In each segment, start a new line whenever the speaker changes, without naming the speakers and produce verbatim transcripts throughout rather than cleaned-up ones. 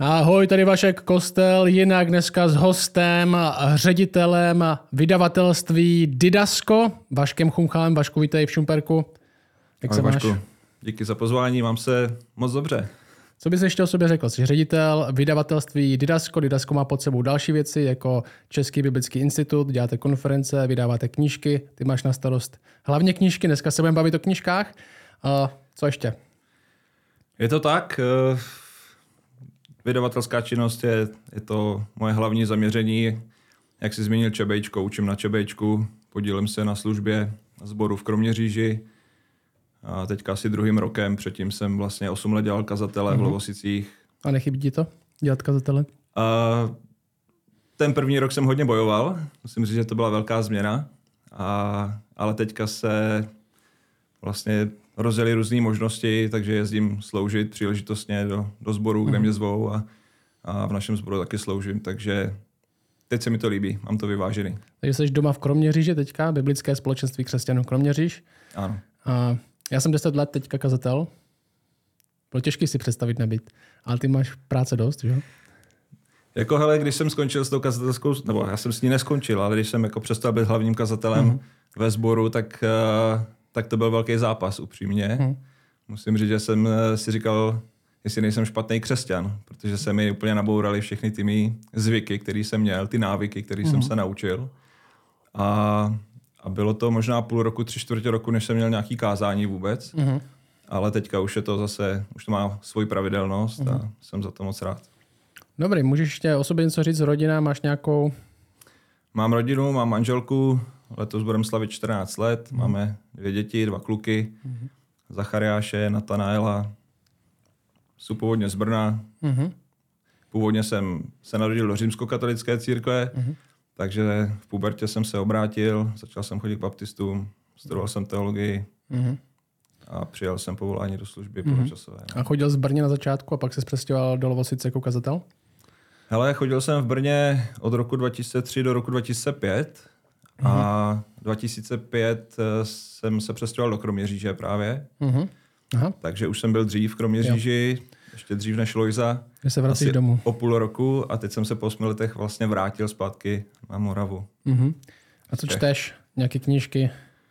Ahoj, tady Vašek Kostel, jinak dneska s hostem, ředitelem vydavatelství Didasko, Vaškem Chumchalem. Vašku, vítej v Šumperku. Jak
Ahoj,
se máš?
Vašku. Díky za pozvání, mám se moc dobře.
Co bys ještě o sobě řekl? Jsi ředitel vydavatelství Didasko. Didasko má pod sebou další věci, jako Český biblický institut, děláte konference, vydáváte knížky, ty máš na starost hlavně knížky, dneska se budeme bavit o knížkách. A co ještě?
Je to tak, vydavatelská činnost je, je to moje hlavní zaměření. Jak jsi zmínil Čebejčko, učím na Čebejčku, podílím se na službě sboru v Kroměříži. A teďka asi druhým rokem, předtím jsem vlastně osm let dělal kazatele mm-hmm. v Lovosicích.
A nechybí ti to, dělat kazatele?
A ten první rok jsem hodně bojoval, musím říct, že to byla velká změna, a, ale teďka se vlastně rozjeli různé možnosti, takže jezdím sloužit příležitostně do, do sboru, kde mě zvou, a, a v našem sboru taky sloužím, takže teď se mi to líbí, mám to vyvážený.
Takže jsi doma v Kroměříži teďka, Biblické společenství křesťanů Kroměříž.
Ano.
A já jsem deset let teďka kazatel. Bylo těžké si představit nebýt, ale ty máš práce dost, že jo?
Jako hele, když jsem skončil s tou kazatelskou, nebo já jsem s ní neskončil, ale když jsem jako přestal být hlavním kazatelem mm. ve sboru, tak, tak to byl velký zápas, upřímně. Mm. Musím říct, že jsem si říkal, jestli nejsem špatný křesťan, protože se mi úplně nabourali všechny ty mý zvyky, které jsem měl, ty návyky, které mm. jsem se naučil. A, a bylo to možná půl roku, tři čtvrtě roku, než jsem měl nějaký kázání vůbec. Mm. Ale teďka už je to zase, už to má svoji pravidelnost mm. a jsem za to moc rád.
Dobrý, můžeš ještě o sobě něco říct, rodina, máš nějakou?
Mám rodinu, mám manželku, letos budeme slavit čtrnáct let, mm. máme dvě děti, dva kluky, mm. Zachariáše, Natanaela, jsou původně z Brna. Mm. Původně jsem se narodil do římskokatolické církve, mm. takže v pubertě jsem se obrátil, začal jsem chodit k baptistům, studoval jsem teologii mm. a přijal jsem povolání do služby mm. poločasové. No. A
chodil z Brně na začátku a pak se přestěhoval do Lovosice jako kazatel?
Hele, chodil jsem v Brně od roku dva tisíce tři do roku dva tisíce pět mm. a dva tisíce pět jsem se přestěhoval do Kroměříže právě. Mm. Aha. Takže už jsem byl dřív v Kroměříži, jo. ještě dřív než Lojza.
Že se vracíš domů.
O půl roku a teď jsem se po osmi letech vlastně vrátil zpátky na Moravu.
Mm. A co čteš? Nějaké knížky?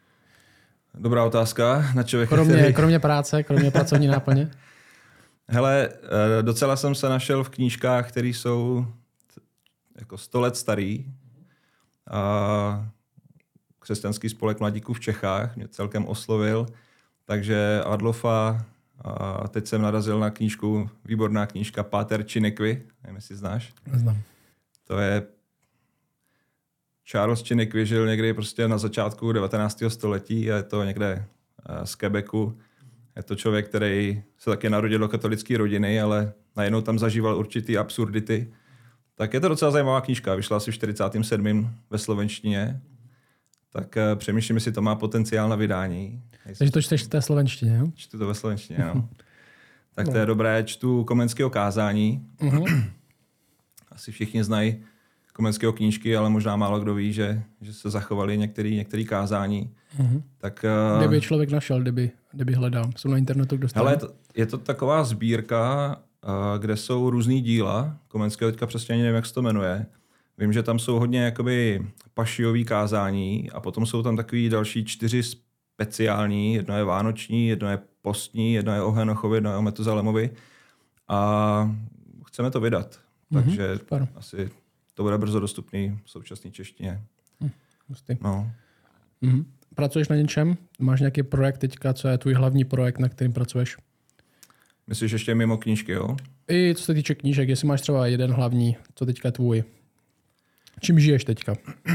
Dobrá otázka na člověka,
kromě,
který...
kromě práce, kromě pracovní náplně?
Hele, docela jsem se našel v knížkách, které jsou jako sto let starý. A křesťanský spolek mladíků v Čechách mě celkem oslovil. Takže Adlofa, a teď jsem narazil na knížku, výborná knížka Páter Chiniquy, nevím, jestli znáš.
Neznám.
To je Charles Chiniquy, žil někdy prostě na začátku devatenáctého století a je to někde z Quebecu. Je to člověk, který se taky narodil do katolické rodiny, ale najednou tam zažíval určitý absurdity. Tak je to docela zajímavá knížka, vyšla asi v čtyřicátém sedmém ve slovenštině. Tak uh, přemýšlím, jestli to má potenciál na vydání.
Takže to čteš v té slovenštině, jo?
Čtu to ve slovenštině, no. Tak to je dobré, čtu Komenského kázání. Uh-huh. Asi všichni znají Komenského knížky, ale možná málo kdo ví, že, že se zachovaly některé kázání. Uh-huh. Tak, uh,
kde by člověk našel, kdyby, kdyby hledal? Jsou na internetu, kdo
hele, to, je to taková sbírka, uh, kde jsou různý díla. Komenského teďka přesně nevím, jak se to jmenuje. Vím, že tam jsou hodně jakoby pašiový kázání a potom jsou tam takový další čtyři speciální. Jedno je vánoční, jedno je postní, jedno je o Henochovi, jedno je o Metuzalemovi. A chceme to vydat. Mm-hmm, takže super. Asi to bude brzo dostupný v současné češtině.
Mm,
no.
mm-hmm. Pracuješ na něčem? Máš nějaký projekt teďka? Co je tvůj hlavní projekt, na kterým pracuješ?
Myslíš ještě mimo knížky, jo?
I co se týče knížek, jestli máš třeba jeden hlavní, co teďka je tvůj? Čím žiješ teďka?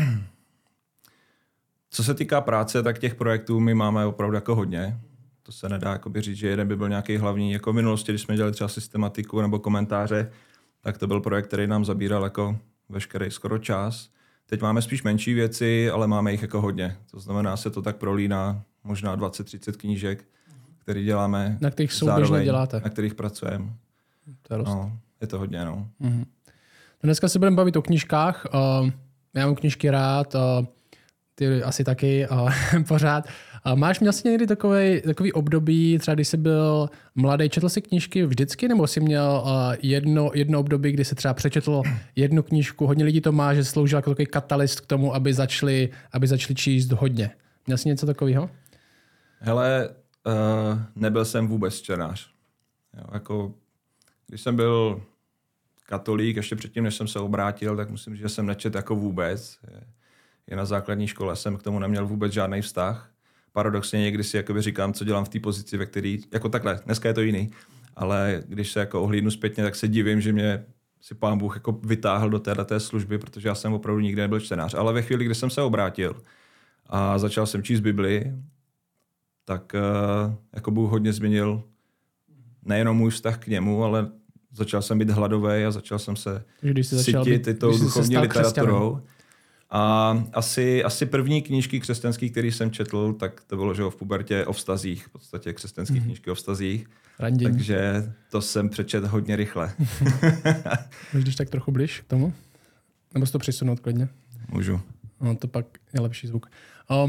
Co se týká práce, tak těch projektů my máme opravdu jako hodně. To se nedá jakoby říct, že jeden by byl nějaký hlavní. Jako v minulosti, když jsme dělali třeba systematiku nebo komentáře, tak to byl projekt, který nám zabíral jako veškerý skoro čas. Teď máme spíš menší věci, ale máme jich jako hodně. To znamená, se to tak prolíná možná dvacet třicet knížek, které děláme.
Na kterých souběžně děláte.
Na kterých pracujeme.
To je,
no, je to hodně, no.
Mm-hmm. Dneska se budeme bavit o knížkách. Uh, já mám knížky rád. Uh, ty asi taky a pořád. A máš měl jsi někdy takový, takový období, třeba když jsi byl mladý, četl jsi knížky vždycky, nebo jsi měl uh, jedno, jedno období, kdy se třeba přečetl jednu knížku, hodně lidí to má, že sloužil jako takový katalyst k tomu, aby začali, aby začali číst hodně. Měl jsi něco takového?
Hele, uh, nebyl jsem vůbec čtenář. Jo, jako, když jsem byl katolík, ještě předtím, než jsem se obrátil, tak musím říct, že jsem nečet jako vůbec. Je na základní škole jsem k tomu neměl vůbec žádný vztah. Paradoxně někdy si jakoby říkám, co dělám v té pozici, ve které, jako takhle, dneska je to jiný, ale když se jako ohlídnu zpětně, tak se divím, že mě si Pán Bůh jako vytáhl do této služby, protože já jsem opravdu nikdy nebyl čtenář. Ale ve chvíli, kdy jsem se obrátil a začal jsem číst Bibli, tak uh, jako Bůh hodně změnil nejenom můj vztah k němu, ale začal jsem být hladový a začal jsem se sytit i tou duchovní literaturou. A asi, asi první knížky křesťanský, který jsem četl, tak to bylo, že v pubertě o vztazích, v podstatě křesťanské mm. knížky o vztazích.
Randění.
Takže to jsem přečet hodně rychle.
Můžeš tak trochu blíž k tomu? Nebo si to přisunout klidně?
Můžu.
No, to pak je lepší zvuk. Um,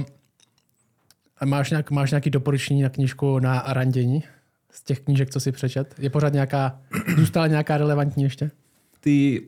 a máš, nějak, máš nějaký doporučení na knížku na randění? Z těch knížek, co jsi přečet? Je pořád nějaká, zůstala nějaká relevantní ještě?
Ty...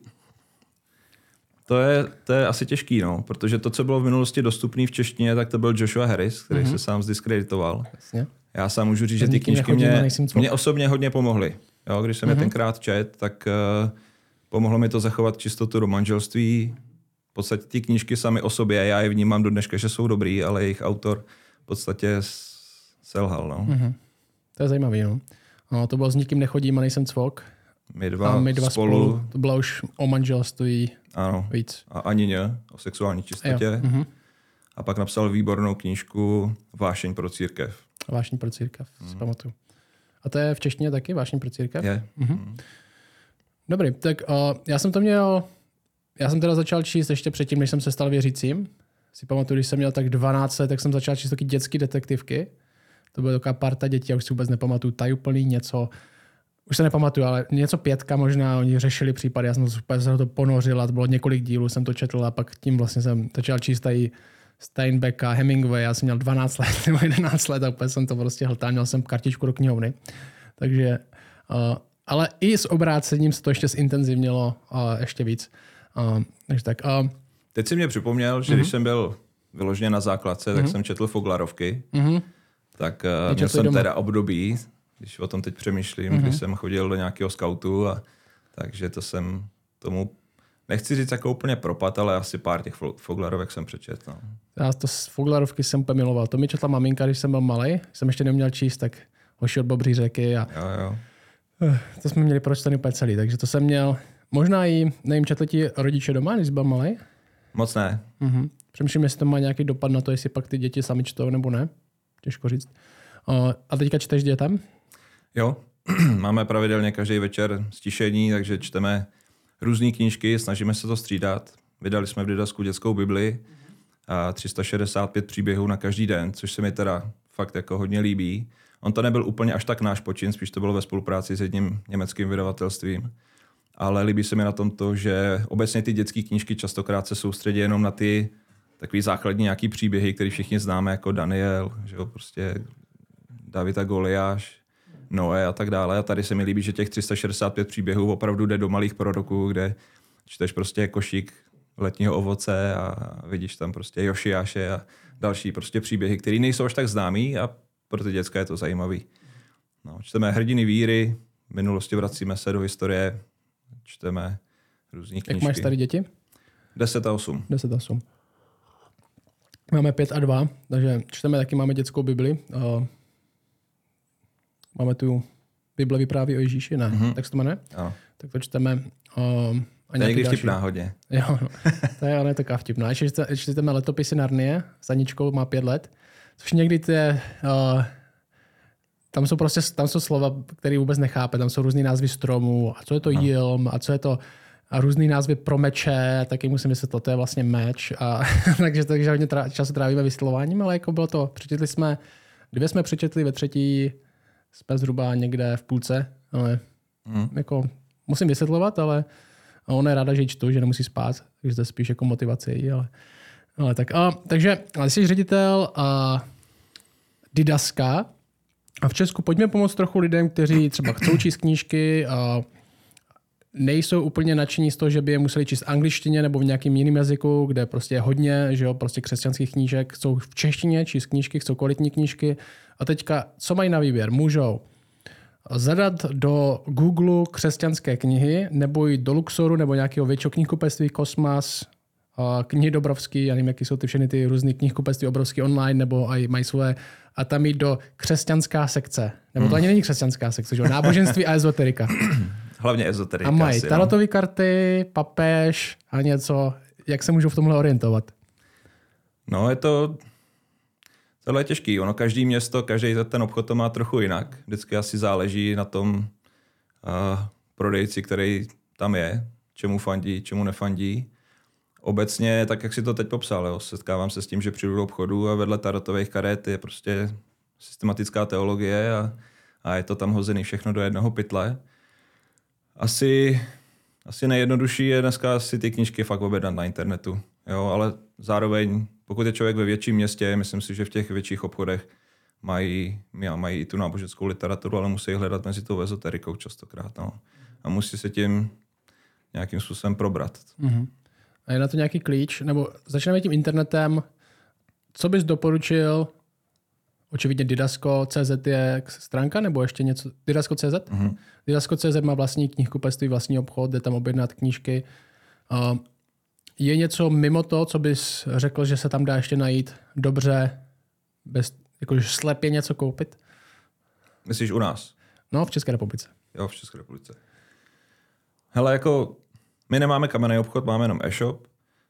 To je, to je asi těžký, no, protože to, co bylo v minulosti dostupné v češtině, tak to byl Joshua Harris, který mm-hmm. se sám zdiskreditoval.
Jasně.
Já sám můžu říct, že ty knížky mě, mě osobně hodně pomohly. Jo, když jsem mm-hmm. je tenkrát čet, tak uh, pomohlo mi to zachovat čistotu do manželství. V podstatě ty knížky samy o sobě, já je vnímám do dneška, že jsou dobrý, ale jejich autor v podstatě selhal. No.
Mm-hmm. To je zajímavý, no. no. To bylo S nikým nechodím a nejsem cvok.
My dva,
a my dva spolu.
spolu.
To bylo už o manželství.
Ano.
Víc.
A Anině o sexuální čistotě.
Mm-hmm.
A pak napsal výbornou knížku Vášeň pro církev.
Vášeň pro církev, mm. si pamatuju. A to je v češtině taky Vášeň pro církev?
Je.
Mm-hmm. Mm. Dobrý, tak uh, já jsem to měl, já jsem teda začal číst ještě předtím, než jsem se stal věřícím. Si pamatuju, když jsem měl tak dvanáct let, tak jsem začal číst taky dětský detektivky. To byla taková parta dětí, já už si vůbec nepamatuju, tajuplný něco. Už se nepamatuju, ale něco pětka možná, oni řešili případy, já jsem to super se to ponořil a to bylo několik dílů, jsem to četl a pak tím vlastně jsem začal číst tady Steinbecka, Hemingway, já jsem měl dvanáct let nebo jedenáct let a úplně jsem to prostě hltal, měl jsem kartičku do knihovny. Takže, uh, ale i s obrácením se to ještě zintenzivnilo uh, ještě víc. Uh, takže tak. Uh,
Teď si mě připomněl, že uh-huh. když jsem byl vyloženě na základce, tak uh-huh. jsem četl Foglarovky, uh-huh. tak uh, měl jsem doma. teda období, když o tom teď přemýšlím, uh-huh. když jsem chodil do nějakého skautu, a takže to jsem tomu, nechci říct jako úplně propad, ale asi pár těch Foglarovek jsem přečetl. No.
Já to z Foglarovky jsem úplně miloval. To mi četla maminka, když jsem byl malej, jsem ještě neuměl číst, tak Hoši od Bobří řeky a
jo, jo.
To jsme měli pročtený úplně celý, takže to jsem měl, možná i, nevím, četli ti rodiče doma, když jsi byl malej?
Moc ne.
Uh-huh. Přemýšlím, jestli to má nějaký dopad na to, jestli pak ty děti sami čtou nebo ne. Těžko říct. Uh, a teďka čteš dětem?
Jo, máme pravidelně každý večer stišení, takže čteme různé knížky, snažíme se to střídat. Vydali jsme v Didasku dětskou Bibli a tři sta šedesát pět příběhů na každý den, což se mi teda fakt jako hodně líbí. On to nebyl úplně až tak náš počin, spíš to bylo ve spolupráci s jedním německým vydavatelstvím. Ale líbí se mi na tom to, že obecně ty dětské knížky častokrát se soustředí jenom na ty takový základní nějaký příběhy, které všichni známe, jako Daniel, že jo, prostě David a Goliáš, Noé a tak dále. A tady se mi líbí, že těch tři sta šedesát pět příběhů opravdu jde do malých proroků, kde čteš prostě košík letního ovoce a vidíš tam prostě Jošiáše a další prostě příběhy, které nejsou až tak známý a pro ty děcka je to zajímavý. No, čteme hrdiny víry, v minulosti vracíme se do historie, čteme různý knížky.
Jak máš tady děti?
deset a osm.
deset a osm. Máme pět a dva, takže čteme taky, máme dětskou Bibli. Uh, máme tu Bible vypráví o Ježíši, ne? Mm-hmm. Tak se to jmenuje?
Jo.
Tak to čteme. Uh,
to je někdy vtipná hodně.
Jo, no. To je, ale je taková vtipná. Ještě čteme letopisy Narnie, s Aničkou má pět let, což někdy ty je, uh, tam jsou prostě, tam jsou slova, které vůbec nechápe, tam jsou různý názvy stromů, a co je to no. jilm, a co je to, a různý názvy pro meče, taky musím vysvětlit, to je vlastně meč, a takže, takže hodně trá, času trávíme vysvětlováním, ale jako bylo to, přečetli jsme, dvě jsme přečetli, ve třetí jsme zhruba někde v půlce, ale mm. jako musím vysvětlovat, ale ona je ráda, že ji čtu, že nemusí spát, takže to je spíš jako motivace, ale Ale tak, a, takže ale jsi ředitel a Didaska a v Česku pojďme pomoct trochu lidem, kteří třeba chcou číst knížky a nejsou úplně nadšení z toho, že by je museli číst v angličtině nebo v nějakém jiném jazyku, kde prostě je hodně, že jo, prostě křesťanských knížek, chcou v češtině číst knížky, chcou kvalitní knížky a teďka, co mají na výběr? Můžou zadat do Google křesťanské knihy nebo jít do Luxoru nebo nějakého většího knihkupectví Kosmas, knihy Dobrovský, já nevím, jaký jsou ty všechny ty různý knihkupectví obrovský online, nebo aj mají svoje, a tam jít do křesťanská sekce. Nebo to
hmm.
ani není křesťanská sekce, že jo? Náboženství a ezoterika.
Hlavně ezoterika.
A mají tarotové karty, papež a něco. Jak se můžou v tomhle orientovat?
No, je to... Tohle je těžký. Ono, každý město, každý ten obchod to má trochu jinak. Vždycky asi záleží na tom uh, prodejci, který tam je, čemu fandí, čemu nefandí. Obecně, tak jak si to teď popsal, jo, setkávám se s tím, že přijdu do obchodu a vedle tarotových karet je prostě systematická teologie a, a je to tam hozený všechno do jednoho pytle. Asi, asi nejjednodušší je dneska si ty knížky fakt objednat na internetu, jo, ale zároveň, pokud je člověk ve větším městě, myslím si, že v těch větších obchodech mají, mají i tu náboženskou literaturu, ale musí hledat mezi tou ezoterikou častokrát, no. A musí se tím nějakým způsobem probrat.
Mm-hmm. A je na to nějaký klíč? Nebo začneme tím internetem. Co bys doporučil? Očividně Didasko tečka cé zet je stránka, nebo ještě něco? Didasko tečka cé zet? Mm-hmm. Didasko tečka cé zet má vlastní knihkupectví, vlastní obchod, jde tam objednat knížky. Uh, je něco mimo to, co bys řekl, že se tam dá ještě najít dobře, bez, jakože slepě něco koupit?
Myslíš u nás?
No, v České republice.
Jo, v České republice. Hele, jako my nemáme kamenný obchod, máme jenom e-shop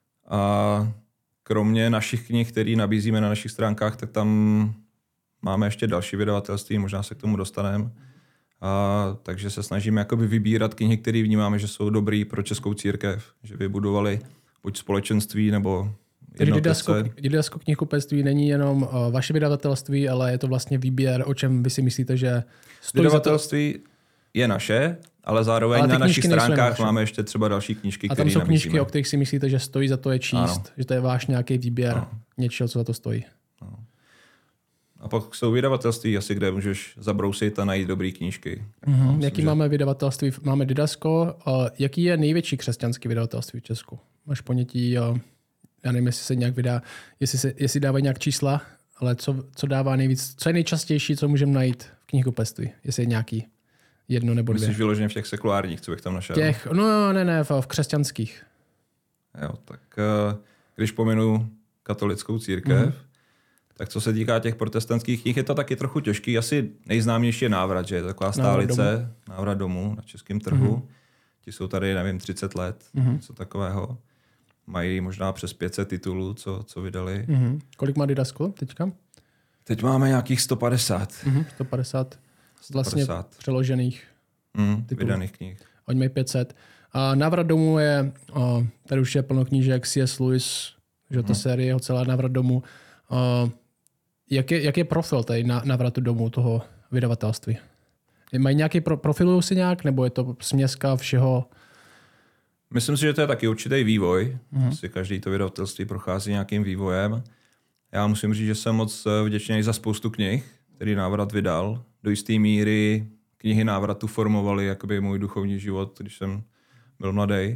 a kromě našich knih, které nabízíme na našich stránkách, tak tam máme ještě další vydavatelství, možná se k tomu dostaneme. A takže se snažíme jakoby vybírat knihy, které vnímáme, že jsou dobrý pro českou církev, že vybudovali buď společenství nebo jednotlivce.
Didasko knihkupectví není jenom uh, vaše vydavatelství, ale je to vlastně výběr, o čem vy si myslíte, že stojí
vydavatelství za to... je naše, ale zároveň ale na našich stránkách máme ještě třeba další knížky, které
nabízíme. A tam jsou
nabízíme.
knížky, o kterých si myslíte, že stojí za to je číst, ano. Že to je váš nějaký výběr ano. Něčeho, co za to stojí.
Ano. A pak jsou vydavatelství asi, kde můžeš zabrousit a najít dobré knížky.
Mm-hmm. Myslím, jaký že... máme vydavatelství? Máme Didasko. Uh, jaký je největší křesťanský vydavatelství v Česku? Máš ponětí, uh, já nevím, jestli se nějak vydá, jestli, se, jestli dávají nějak čísla, ale co, co dává nejvíc, co je nejčastější, co můžeme najít v knihkupectví? Jestli je nějaký jedno nebo dvě.
Myslíš vyloženě v těch sekulárních, co bych tam našel?
Těch, no ne, ne, v, v křesťanských.
Jo, tak uh, když pominu katolickou církev, mm-hmm. tak co se týká těch protestantských knih, je to taky trochu těžký. Asi nejznámější je Návrat, že je to taková stálice, Návrat domů, Návrat domů na českém trhu. Mm-hmm. Ti jsou tady, nevím, třicet let, mm-hmm. něco takového. Mají možná přes pět set titulů, co, co vydali.
Mm-hmm. Kolik má Didasko teďka?
Teď máme nějakých sto padesát.
Mm-hmm. sto padesát vlastně sto padesát přeložených
mm, vydaných knih.
Oni mají pět set. A Návrat domů je, o, tady už je plno knížek, C S. Lewis, že mm-hmm. ta série, jeho celá Návrat domů. O, jak, je, jak je profil tady na Návratu domů toho vydavatelství? Mají nějaký pro, profilují si nějak, nebo je to směska všeho?
Myslím si, že to je taky určitý vývoj.
Mm-hmm.
Asi každý to vydavatelství prochází nějakým vývojem. Já musím říct, že jsem moc vděčný za spoustu knih, který Návrat vydal. Do jisté míry knihy Návratu formovaly jakoby můj duchovní život, když jsem byl mladý.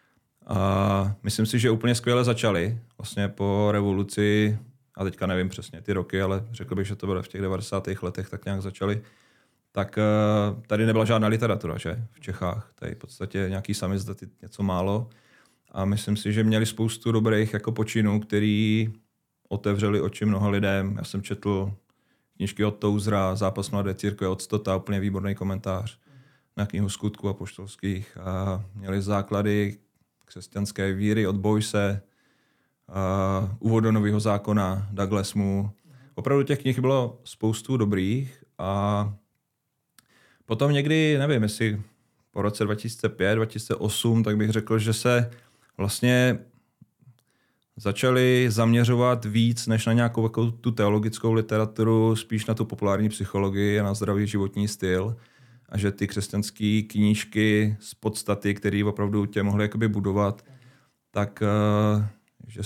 A myslím si, že úplně skvěle začali. Vlastně po revoluci, a teďka nevím přesně ty roky, ale řekl bych, že to bylo v těch devadesátých letech, tak nějak začali. Tak tady nebyla žádná literatura, že? V Čechách. Tady v podstatě nějaký samizdaty, něco málo. A myslím si, že měli spoustu dobrých jako počinů, který otevřeli oči mnoha lidem. Já jsem četl knížky od Touzra, Zápas mladé církve od Stota, úplně výborný komentář na knihu Skutků apoštolských. A měli základy křesťanské víry od Boyse, a Úvod do Nového zákona, Douglas Moo. Opravdu těch knih bylo spoustu dobrých a potom někdy, nevím, jestli po roce dva tisíce pět, dva tisíce osm, tak bych řekl, že se vlastně začali zaměřovat víc než na nějakou jako tu teologickou literaturu, spíš na tu populární psychologii a na zdravý životní styl. A že ty křesťanské knížky z podstaty, které opravdu tě mohly jakoby budovat, tak že se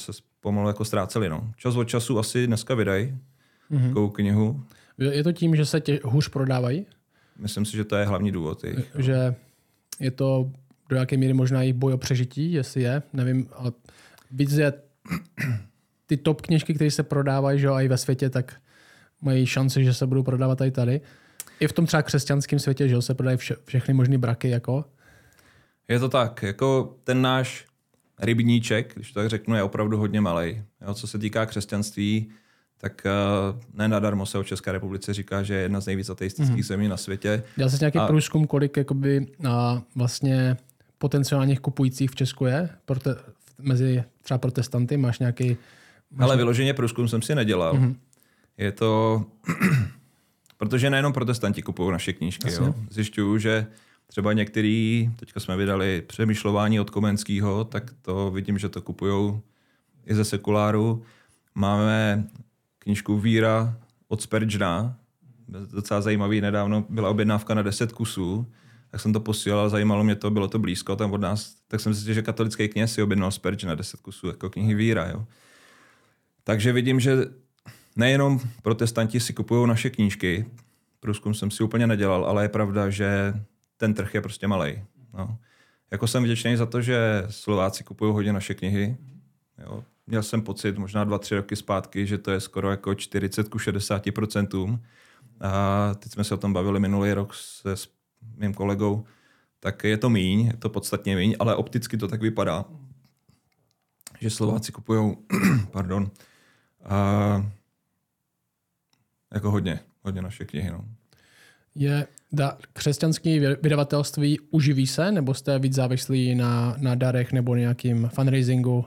pomalu jako ztráceli. No. Čas od času asi dneska vydají mm-hmm. takovou knihu.
Je to tím, že se tě hůř prodávají?
Myslím si, že to je hlavní důvod. Jejich,
že je to do jaké míry možná i boj o přežití, jestli je, nevím, ale víc je ty top knížky, které se prodávají, že jo, i ve světě, tak mají šanci, že se budou prodávat i tady. I v tom třeba křesťanském světě, že jo, se prodají vše, všechny možný braky, jako. Je
to tak, jako ten náš rybníček, když to tak řeknu, je opravdu hodně malej. Jo, co se týká křesťanství, tak uh, ne nadarmo se o České republice říká, že je jedna z nejvíc ateistických mm-hmm. zemí na světě.
Dělal jsi nějaký a... průzkum, kolik jakoby, a vlastně potenciálních kupujících v Česku je? Prote- mezi třeba protestanty? Máš nějaký... Máš...
Ale vyloženě průzkum jsem si nedělal. Mm-hmm. Je to... Protože nejenom protestanti kupují naše knížky. Jo. Zjišťuju, že třeba některý, teďka jsme vydali Přemýšlování od Komenského, tak to vidím, že to kupujou i ze sekuláru. Máme knížku Víra od Spurgeona, docela zajímavý, nedávno byla objednávka na deset kusů, tak jsem to posílal, zajímalo mě to, bylo to blízko tam od nás, tak jsem zjistil, že katolický kněz si objednal Spurgeona na deset kusů, jako knihy Víra. Jo. Takže vidím, že nejenom protestanti si kupují naše knížky, průzkum jsem si úplně nedělal, ale je pravda, že ten trh je prostě malej. No. Jako jsem vděčný za to, že Slováci kupují hodně naše knihy. Jo. Měl jsem pocit možná dva, tři roky zpátky, že to je skoro jako čtyřicet ku šedesáti procentům. A teď jsme se o tom bavili minulý rok se s mým kolegou, tak je to míň, je to podstatně míň, ale opticky to tak vypadá, že Slováci kupují pardon, a jako hodně, hodně naše knihy. No.
Je da, křesťanské vydavatelství uživí se, nebo jste víc závislí na, na darech nebo nějakým fundraisingu?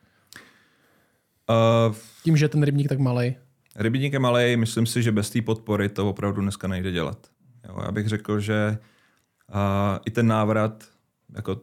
Uh, Tím, že ten rybník tak malej.
Rybník je malej, myslím si, že bez té podpory to opravdu dneska nejde dělat. Jo, já bych řekl, že uh, i ten návrat jako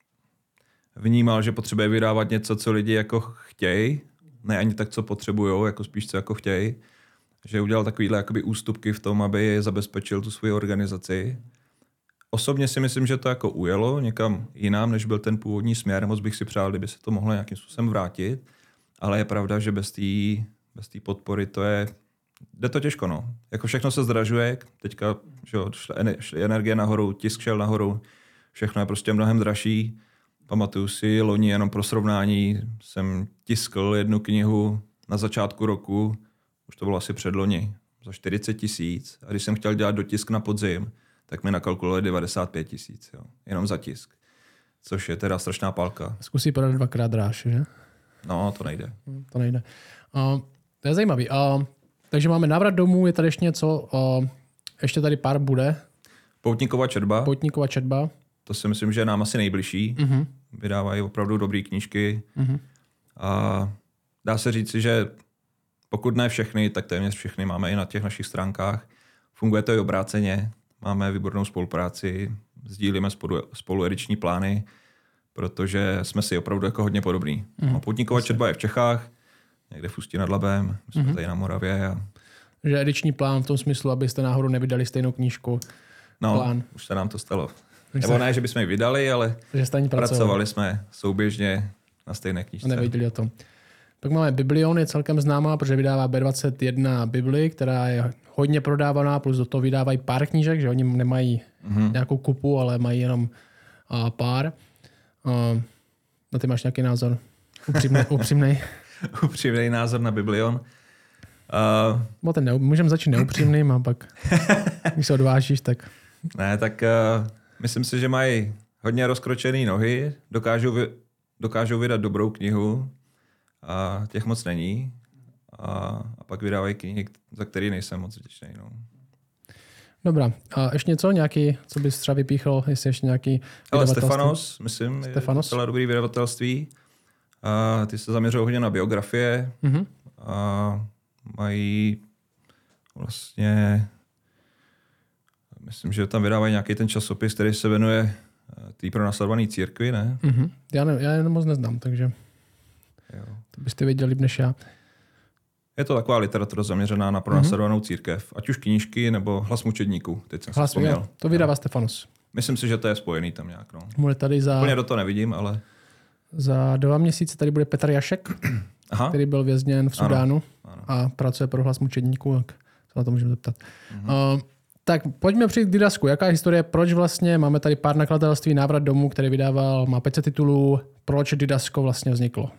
vnímal, že potřebuje vydávat něco, co lidi jako chtějí, ne ani tak, co potřebujou, jako spíš co jako chtějí. Že udělal takovýhle jakoby ústupky v tom, aby zabezpečil tu svoji organizaci. Osobně si myslím, že to jako ujelo někam jinam, než byl ten původní směr. Moc bych si přál, kdyby se to mohlo nějakým způsobem vrátit. Ale je pravda, že bez té bez té podpory to je... Jde to těžko, no. Jako všechno se zdražuje. Teďka že jo, šly energie nahoru, tisk šel nahoru. Všechno je prostě mnohem dražší. Pamatuju si, loni jenom pro srovnání jsem tiskl jednu knihu na začátku roku, už to bylo asi předloni, za čtyřicet tisíc. A když jsem chtěl dělat dotisk na podzim, tak mi nakalkulovali devadesát pět tisíc. Jenom za tisk. Což je teda strašná pálka.
Zkusí prodat dvakrát dráž, že?
No, to nejde.
To nejde. Uh, to je zajímavý. Uh, takže máme návrat domů, je tady ještě něco, uh, ještě tady pár bude.
Poutníkova četba.
Poutníkova četba.
To si myslím, že je nám asi nejbližší. Uh-huh. Vydávají opravdu dobré knížky. Uh-huh. A dá se říci, že pokud ne všechny, tak téměř všechny máme i na těch našich stránkách. Funguje to i obráceně. Máme výbornou spolupráci, sdílíme spolu, spolu ediční plány, protože jsme si opravdu jako hodně podobní. Mm. No, Poutníkova četba je v Čechách, někde v Ústí nad Labem, my jsme mm. tady na Moravě. A...
Že ediční plán v tom smyslu, abyste náhodou nevydali stejnou knížku.
No,
plán.
Už se nám to stalo. Nebo se... ne, že bychom ji vydali, ale pracovali jsme souběžně na stejné knížce.
Nevěděli o tom. Pak máme Biblion, je celkem známá, protože vydává bé dvacet jedna Bibli, která je hodně prodávaná, plus do toho vydávají pár knížek, že oni nemají mm-hmm. nějakou kupu, ale mají jenom uh, pár. Uh, na ty máš nějaký názor? Upřímnej. upřímnej.
Upřímnej názor na Biblion.
Uh, ten ne, můžeme začít neupřímným a pak, když se odvážíš, tak...
Ne, tak uh, myslím si, že mají hodně rozkročené nohy, dokážou, vy, dokážou vydat dobrou knihu, a těch moc není. A, a pak vydávají knihy, za který nejsem moc vděčný. No.
Dobrá. A ještě něco? Nějaký, co bys třeba vypíchl? Jestli ještě nějaký
Ale Stefanos, myslím, Stefanos. Je celé dobrý vydavatelství. A ty se zaměřují hodně na biografie. Mm-hmm. A mají vlastně... Myslím, že tam vydávají nějaký ten časopis, který se věnuje té pronásledované církvi, ne?
Mm-hmm. Já, ne, já je moc neznám, takže... Jo. To byste věděli líp než já.
Je to taková literatura zaměřená na pronásledovanou mm-hmm. církev. Ať už knížky, nebo Hlas mučedníků. Teď jsem
Hlas,
si vzpomněl.
To vydává Stefanos.
Myslím si, že to je spojený tam nějak. No.
Bude tady za...
Úplně do toho nevidím, ale...
Za dva měsíce tady bude Petr Jašek.
Aha.
který byl vězněn v Sudánu
ano, ano.
a pracuje pro Hlas mučedníků, tak se na to můžeme zeptat. Mm-hmm. Uh, tak pojďme přijít k Didasku. Jaká je historie, proč vlastně, máme tady pár nakladatelství, Návrat domů, který vydával, má pět set titulů, proč Didasko vlastně vzniklo?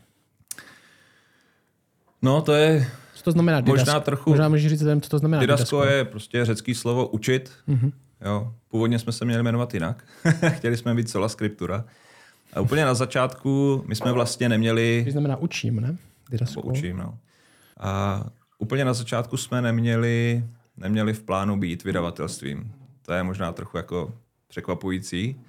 No to je...
Co to znamená Didasko?
Možná trochu...
Možná můžeš říct, co to znamená
Didasko.
Didasko
je prostě řecký slovo učit. Mm-hmm. Jo. Původně jsme se měli jmenovat jinak. Chtěli jsme být sola scriptura. A úplně na začátku my jsme vlastně neměli...
To znamená učím, ne? Didasko.
Učím, no. A úplně na začátku jsme neměli, neměli v plánu být vydavatelstvím. To je možná trochu jako překvapující.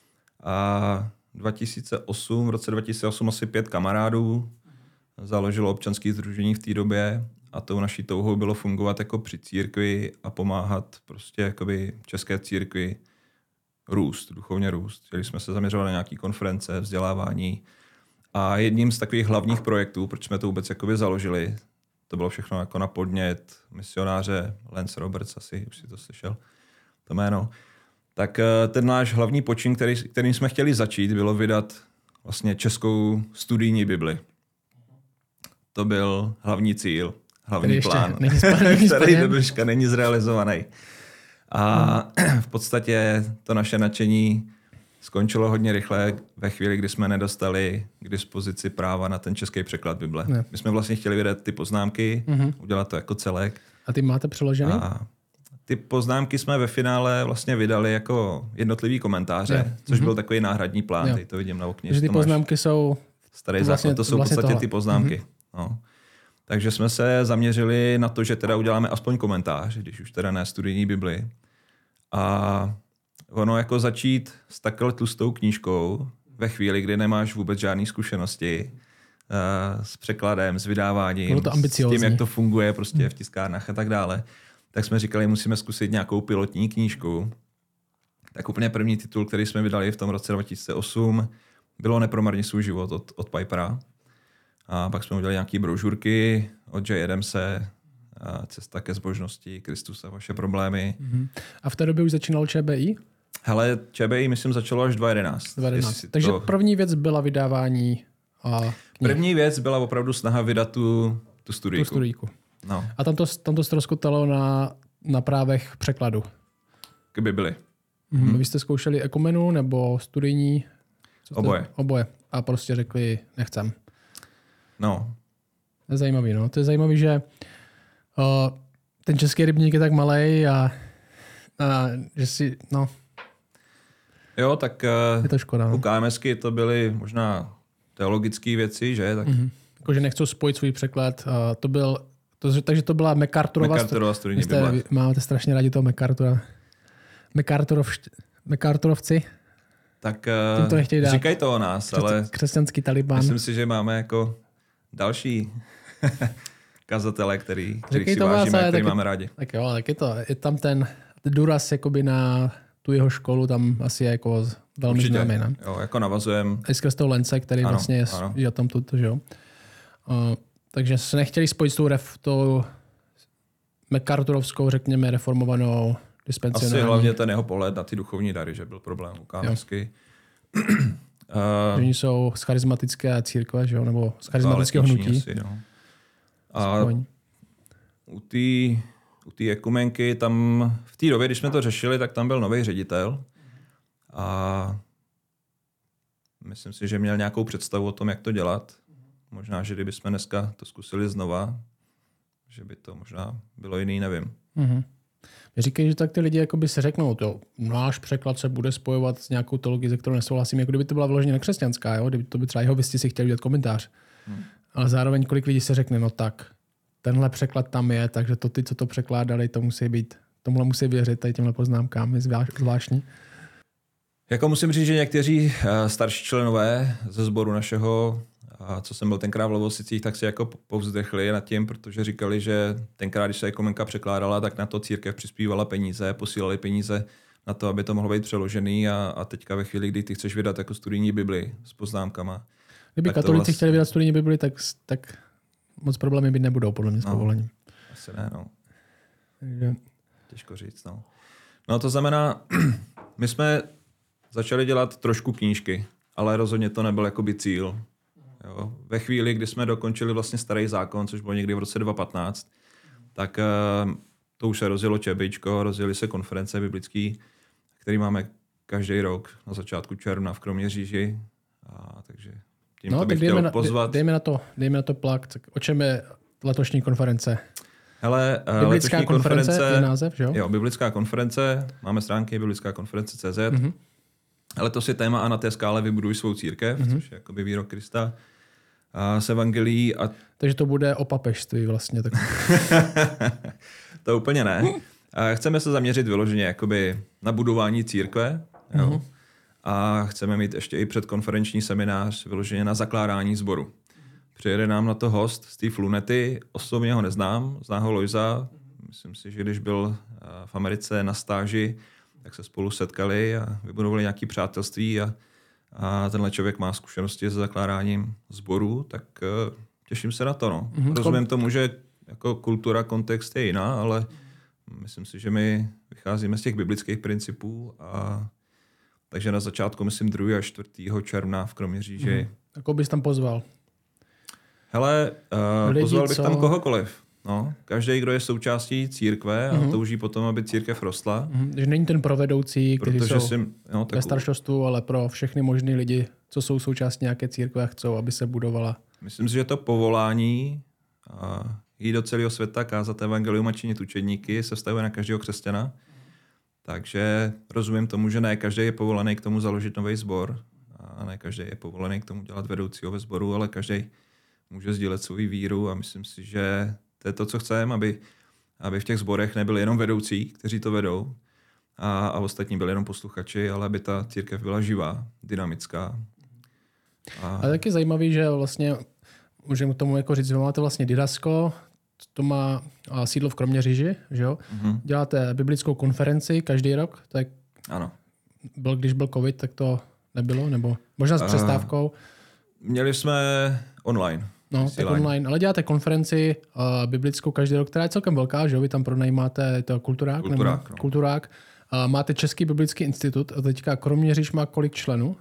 A dva tisíce osm, v roce dva tisíce osm asi pět kamarádů založilo občanské sdružení v té době a tou naší touhou bylo fungovat jako při církvi a pomáhat prostě jakoby české církvi růst, duchovně růst. Chtěli jsme se zaměřovat na nějaké konference, vzdělávání. A jedním z takových hlavních projektů, proč jsme to vůbec jakoby založili, to bylo všechno jako na podnět misionáře Lance Roberts, asi už si to slyšel, to jméno. Tak ten náš hlavní počin, který, kterým jsme chtěli začít, bylo vydat vlastně českou studijní Bibli. To byl hlavní cíl, hlavní plán, který do dneška není zrealizovaný. A hmm. v podstatě to naše nadšení skončilo hodně rychle ve chvíli, kdy jsme nedostali k dispozici práva na ten český překlad Bible. Ne. My jsme vlastně chtěli vydat ty poznámky, mm-hmm. udělat to jako celek.
A ty máte přeložený? A
ty poznámky jsme ve finále vlastně vydali jako jednotlivý komentáře, ne. což mm-hmm. byl takový náhradní plán. Teď to vidím na okně.
Takže ty poznámky máš jsou...
Starý vlastně, základ, to jsou vlastně v podstatě tohle. Ty poznámky. Mm-hmm. No. Takže jsme se zaměřili na to, že teda uděláme aspoň komentář, když už teda ne studijní Bibli. A ono jako začít s takhle tlustou knížkou ve chvíli, kdy nemáš vůbec žádné zkušenosti uh, s překladem, s vydáváním, s tím, jak to funguje prostě hmm. v tiskárnách a tak dále, tak jsme říkali, musíme zkusit nějakou pilotní knížku. Tak úplně první titul, který jsme vydali v tom roce dva tisíce osm, bylo Nepromarni svůj život od, od Pipera. A pak jsme udělali nějaké brožurky od J. Adamse, Cesta ke zbožnosti, Kristus a vaše problémy.
Mm-hmm. A v té době už začínalo Č B I?
Hele, Č B I myslím začalo až dva tisíce jedenáct.
dva tisíce jedenáct. Takže to... první věc byla vydávání a knih.
První věc byla opravdu snaha vydat tu, tu studijku.
Tu studijku.
No.
A tam to, tam to ztroskotalo na, na právech překladu.
K Bibli.
Mm-hmm. Hmm. Vy jste zkoušeli ekumenu nebo studijní?
Jste... Oboje.
Oboje. A prostě řekli, nechcem.
No.
To je zajímavý, no. To je zajímavý, že uh, ten český rybník je tak malej a, a že si, no.
Jo, tak
je to škoda, no.
U KMSky to byly možná teologické věci, že? Tak...
Mm-hmm. Jakože nechci spojit svůj překlad. Uh, to byl, to, takže to byla MacArthurova,
MacArthurova studijní
Bible. Vy máte strašně rádi toho MacArthura. MacArthurov, MacArthurovci.
Tak uh, to říkají to o nás, Křes, ale
křesťanský Taliban.
Myslím si, že máme jako další kazatele, který, který si vážíme, který taky, máme rádi.
Tak jo, tak je to. Je tam ten důraz jakoby na tu jeho školu, tam asi je jako velmi známý. Ne?
Jo, jako navazujem.
I skrz toho Lence, který ano, vlastně je, je tam tuto, že jo. Uh, takže se nechtěli spojit s tou, ref, tou MacArthurovskou, řekněme, reformovanou dispensionální.
Asi hlavně ten jeho pohled na ty duchovní dary, že byl problém u KMSky.
Uh, Oni jsou z charismatické církve, že jo, nebo z charismatického hnutí.
Asi, no. A u té u té ekumenky tam v té době, když jsme to řešili, tak tam byl nový ředitel a myslím si, že měl nějakou představu o tom, jak to dělat. Možná, že kdybychom dneska to zkusili znova, že by to možná bylo jiný, nevím.
Mm-hmm. Říkají, že tak ty lidi jakoby se řeknou, to náš překlad se bude spojovat s nějakou teologií, ze kterou nesouhlasím, jako kdyby to byla vyloženě nekřesťanská, jo? Kdyby to by třeba jeho věsti si chtěli udělat komentář. Hmm. Ale zároveň kolik lidí se řekne, no tak, tenhle překlad tam je, takže to ty, co to překládali, to musí být, tomuhle musí věřit, tady těmhle poznámkám, je zvláštní.
Jako musím říct, že někteří starší členové ze sboru našeho, a co jsem byl tenkrát v Lovosicích, tak si jako povzdechli nad tím, protože říkali, že tenkrát, když se ekumenka překládala, tak na to církev přispívala peníze, posílali peníze na to, aby to mohlo být přeložený a, a teďka ve chvíli, kdy ty chceš vydat jako studijní Bibli s poznámkama.
Kdyby katolíci vlastně... chtěli vydat studijní Bibli, tak, tak moc problémy být nebudou, podle mě, s
no,
povolením.
Asi ne, no.
Takže...
Těžko říct, no. No to znamená, my jsme začali dělat trošku knížky, ale rozhodně to nebyl jakoby cíl. Jo. Ve chvíli, kdy jsme dokončili vlastně starý zákon, což bylo někdy v roce dva tisíce patnáct, tak uh, to už se rozjelo čebičko, rozjeli se konference biblický, který máme každý rok na začátku června v Kroměříži. A takže tímto
no,
bych
dejme
chtěl
na,
pozvat.
Dejme na to, dejme na to plak. O čem je letošní konference?
Hele,
Biblická
letošní
konference,
konference
je název, že jo?
Jo, biblická konference, máme stránky biblická konference tečka cé zet.
Mm-hmm.
Letos je téma a na té skále vybuduj svou církev, mm-hmm. což je jakoby výrok Krista a s evangelií. A...
Takže to bude o papežství vlastně. Tak...
To úplně ne. A chceme se zaměřit vyloženě jakoby na budování církve. Jo? Mm-hmm. A chceme mít ještě i předkonferenční seminář vyloženě na zakládání sboru. Přijede nám na to host Steve Lunety, osobně ho neznám, zná ho Lojza. Myslím si, že když byl v Americe na stáži, tak se spolu setkali a vybudovali nějaké přátelství a, a tenhle člověk má zkušenosti s zakládáním sboru, tak uh, těším se na to. No. Mm-hmm. Rozumím tomu, že jako kultura, kontext je jiná, ale myslím si, že my vycházíme z těch biblických principů a takže na začátku, myslím, druhého až čtvrtého června v Kroměříži.
Mm-hmm. Jako bys tam pozval?
Hele, uh,
Lidi,
pozval bych
co?
tam kohokoliv. No, každý, kdo je součástí církve a
mm-hmm.
touží potom, aby církev rostla.
Mm-hmm. Že není ten provedoucí, kteří
protože
jsou
si, no, tak...
ve staršostvu, ale pro všechny možný lidi, co jsou součástí nějaké církve a chcou, aby se budovala.
Myslím si, že to povolání a jít do celého světa, kázat evangelium a činit učedníky se vztahuje na každého křesťana. Takže rozumím tomu, že ne každý je povolaný k tomu založit nový sbor a ne každý je povolaný k tomu dělat vedoucího ve sboru, ale každý může sdílet svou víru a myslím si, že to je to, co chceme, aby, aby v těch sborech nebyli jenom vedoucí, kteří to vedou a, a ostatní byli jenom posluchači, ale aby ta církev byla živá, dynamická.
A, a taky zajímavý, že vlastně můžeme tomu jako říct, že máte vlastně Didasko, to má sídlo v Kroměříži, že jo? Mm-hmm. Děláte biblickou konferenci každý rok, tak
ano.
Byl, když byl covid, tak to nebylo, nebo možná s přestávkou.
Uh, měli jsme online.
No, tak online, ale děláte konferenci uh, biblickou každý rok, která je celkem velká, že jo? Vy tam pronajímáte to kulturák.
Kulturák,
nebo,
no.
kulturák. Uh, máte Český biblický institut a teďka Kroměříž má kolik členů?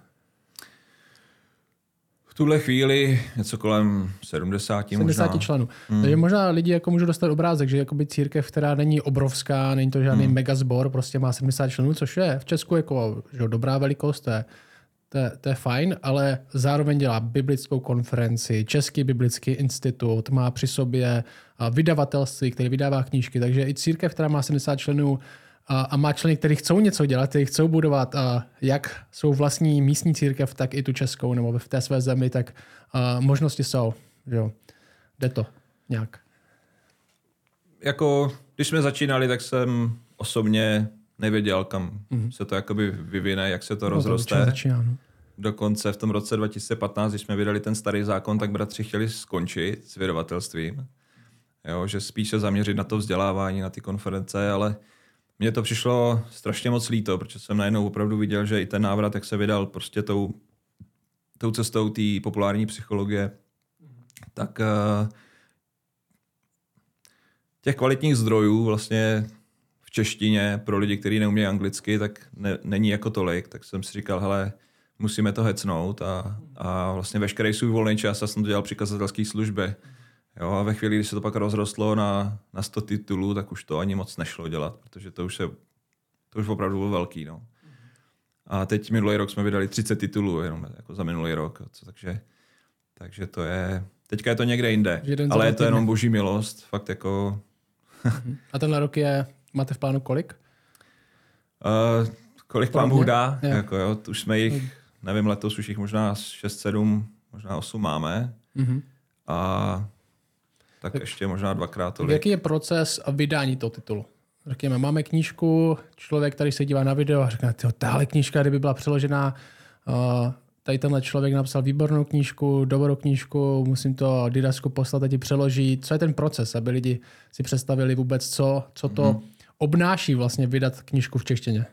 V tuhle chvíli něco kolem sedmdesát,
sedmdesát
možná.
členů.
Hmm.
Takže možná lidi jako můžou dostat obrázek, že jakoby církev, která není obrovská, není to žádný hmm. megazbor, prostě má sedmdesát členů, což je v Česku jako že dobrá velikost, to je, to, je, to je fajn, ale zároveň dělá biblickou konferenci, Český biblický institut, má při sobě vydavatelství, který vydává knížky, takže i církev, která má sedmdesát členů, a, a má členy, kteří chcou něco dělat, kteří chcou budovat a jak svou vlastní místní církev, tak i tu českou, nebo v té své zemi, tak a možnosti jsou. Že jo. Jde to nějak.
Jako, když jsme začínali, tak jsem osobně nevěděl, kam mm-hmm. se to jakoby vyvine, jak se to no, rozroste.
To začíná, no.
Dokonce v tom roce dva tisíce patnáct, když jsme vydali ten starý zákon, tak bratři chtěli skončit s vydavatelstvím. Jo, že spíš se zaměřit na to vzdělávání, na ty konference, ale mně to přišlo strašně moc líto, protože jsem najednou opravdu viděl, že i ten návrat, jak se vydal prostě tou, tou cestou té populární psychologie, tak uh, těch kvalitních zdrojů vlastně v češtině pro lidi, kteří neumějí anglicky, tak ne, není jako tolik. Tak jsem si říkal, hele, musíme to hecnout a, a vlastně veškerý svůj volný čas já jsem to dělal při kazatelské službě. Jo, a ve chvíli, kdy se to pak rozrostlo na, na sto titulů, tak už to ani moc nešlo dělat, protože to už, se, to už opravdu bylo velký. No. A teď minulý rok jsme vydali třicet titulů, jenom jako za minulý rok. Co, takže, takže to je... Teďka je to někde jinde, ale je to jenom boží milost. Fakt jako...
A tenhle rok je... Máte v plánu kolik?
Uh, kolik pán Bůh dá?
Jo.
Jako, jo, už jsme jich, nevím, letos už jich možná šest sedm, možná osm máme. Mm-hmm. A... Tak, tak ještě možná dvakrát tolik.
Jaký je proces vydání toho titulu? Řekněme, máme knížku, člověk, který se dívá na video a řekne, tahle knížka, kdyby byla přeložená, uh, tady tenhle člověk napsal výbornou knížku, dobrou knížku, musím to Didasku poslat a ti přeloží. Co je ten proces, aby lidi si představili vůbec, co, co to mm-hmm. obnáší vlastně vydat knížku v češtině?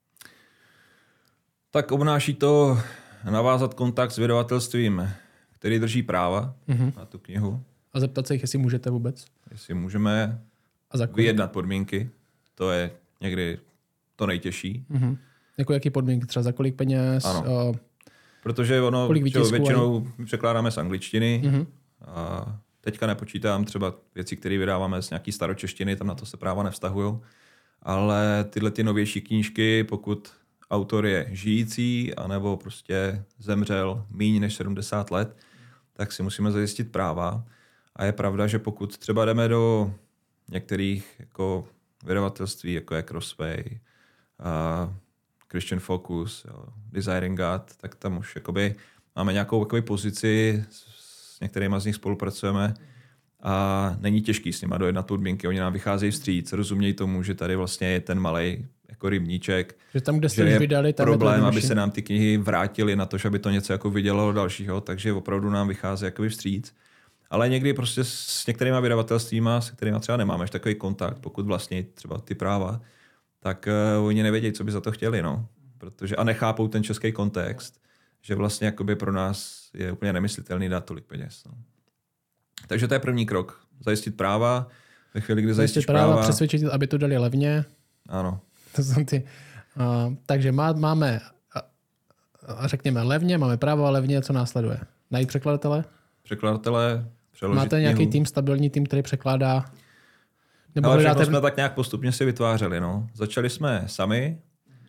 Tak obnáší to navázat kontakt s vydavatelstvím, který drží práva mm-hmm. na tu knihu.
A zeptat se jich, jestli můžete vůbec?
Jestli můžeme
a
vyjednat podmínky. To je někdy to nejtěžší.
Mm-hmm. Jako jaký podmínky? Třeba za kolik peněz?
Ano.
Uh...
protože ono
Kolik výtisků
většinou a... překládáme z angličtiny
mm-hmm.
a teďka nepočítám třeba věci, které vydáváme z nějaký staročeštiny, tam na to se práva nevztahují, ale tyhle ty novější knížky, pokud autor je žijící anebo prostě zemřel míň než sedmdesát let, tak si musíme zajistit práva. A je pravda, že pokud třeba jdeme do některých jako vydavatelství, jako je Crossway, uh, Christian Focus, jo, Desiring God, tak tam už jakoby máme nějakou jakoby pozici, s některými z nich spolupracujeme a není těžký s nima dojednat podmínky. Oni nám vycházejí vstříc, rozumějí tomu, že tady vlastně je ten malej jako rybníček,
že tam, kde jste
že je
vydali, tam
problém,
je
aby se nám ty knihy vrátily na to, aby to něco jako vydělalo dalšího, takže opravdu nám vychází jakoby vstříc. Ale někdy prostě s některýma vydavatelstvíma, s kterými třeba nemáme až takový kontakt, pokud vlastně třeba ty práva, tak uh, oni nevědějí, co by za to chtěli, no. Protože, a nechápou ten český kontext, že vlastně jakoby pro nás je úplně nemyslitelný dát tolik peněz. No. Takže to je první krok. Zajistit práva. Ve chvíli, kdy zajistíš práva, práva...
přesvědčit, aby to dali levně.
Ano.
To jsou ty. Uh, takže má, máme, uh, řekněme, levně, máme právo a levně, co následuje? Najít překladatele?
Překladatele, přeložit
Máte nějaký
knihu.
tým, stabilní tým, který překládá?
Nebo ale všechno jsme tak nějak postupně si vytvářeli. No. Začali jsme sami.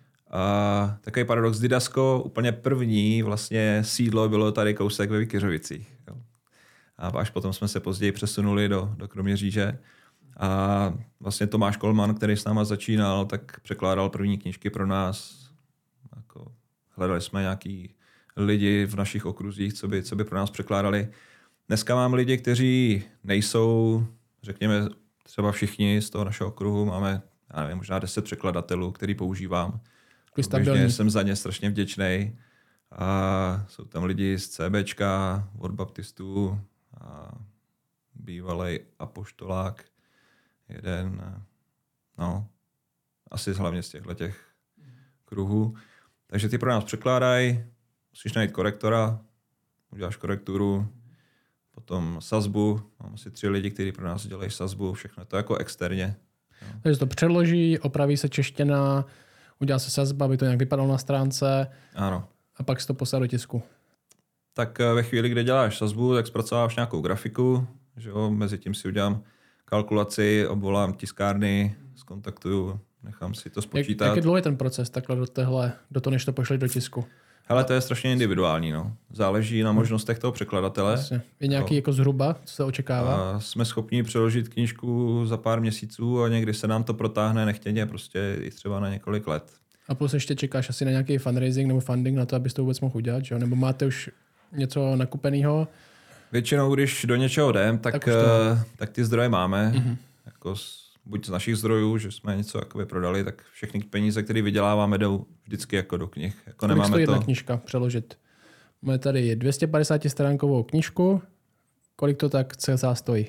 A takový paradox, Didasko, úplně první vlastně sídlo bylo tady kousek ve Vykyřovicích. Jo. A až potom jsme se později přesunuli do, do Kroměříže. A vlastně Tomáš Kolman, který s náma začínal, tak překládal první knížky pro nás. Jako, hledali jsme nějaký lidi v našich okruzích, co by, co by pro nás překládali. Dneska mám lidi, kteří nejsou, řekněme, třeba všichni z toho našeho okruhu. Máme, já nevím, možná deset překladatelů, který používám. Běžně jsem za ně strašně vděčný. A jsou tam lidi z CBčka, od baptistů, a bývalej apoštolák, jeden, no, asi hlavně z těchto těch kruhů. Takže ty pro nás překládají, musíš najít korektora, uděláš korekturu, potom sazbu, mám asi tři lidi, kteří pro nás dělají sazbu, všechno to jako externě.
No. Takže to přeloží, opraví se čeština, udělá se sazba, aby to nějak vypadalo na stránce.
Ano.
A pak se to poslá do tisku.
Tak ve chvíli, kdy děláš sazbu, tak zpracováš nějakou grafiku, že jo, mezi tím si udělám kalkulaci, obvolám tiskárny, zkontaktuju, nechám si to spočítat.
Jak, jak je dlouhý ten proces takhle do téhle, do toho, než to pošli do tisku?
Hele, to je strašně individuální, no. Záleží na možnostech toho překladatele.
Vlastně. Je nějaký jako zhruba, co se očekává?
A jsme schopni přeložit knížku za pár měsíců a někdy se nám to protáhne nechtěně prostě i třeba na několik let.
A plus ještě čekáš asi na nějaký fundraising nebo funding na to, abys to vůbec mohl udělat, že? Nebo máte už něco nakupeného?
Většinou, když do něčeho jdem, tak, tak, uh, tak ty zdroje máme. Mm-hmm. Jako z, buď z našich zdrojů, že jsme něco jakoby prodali, tak všechny peníze, které vyděláváme, jdou vždycky jako do knih. Jako
kolik
nemáme
stojí
to...
jedna knížka přeložit? Máme tady dvě stě padesát stránkovou knížku. Kolik to tak cca stojí?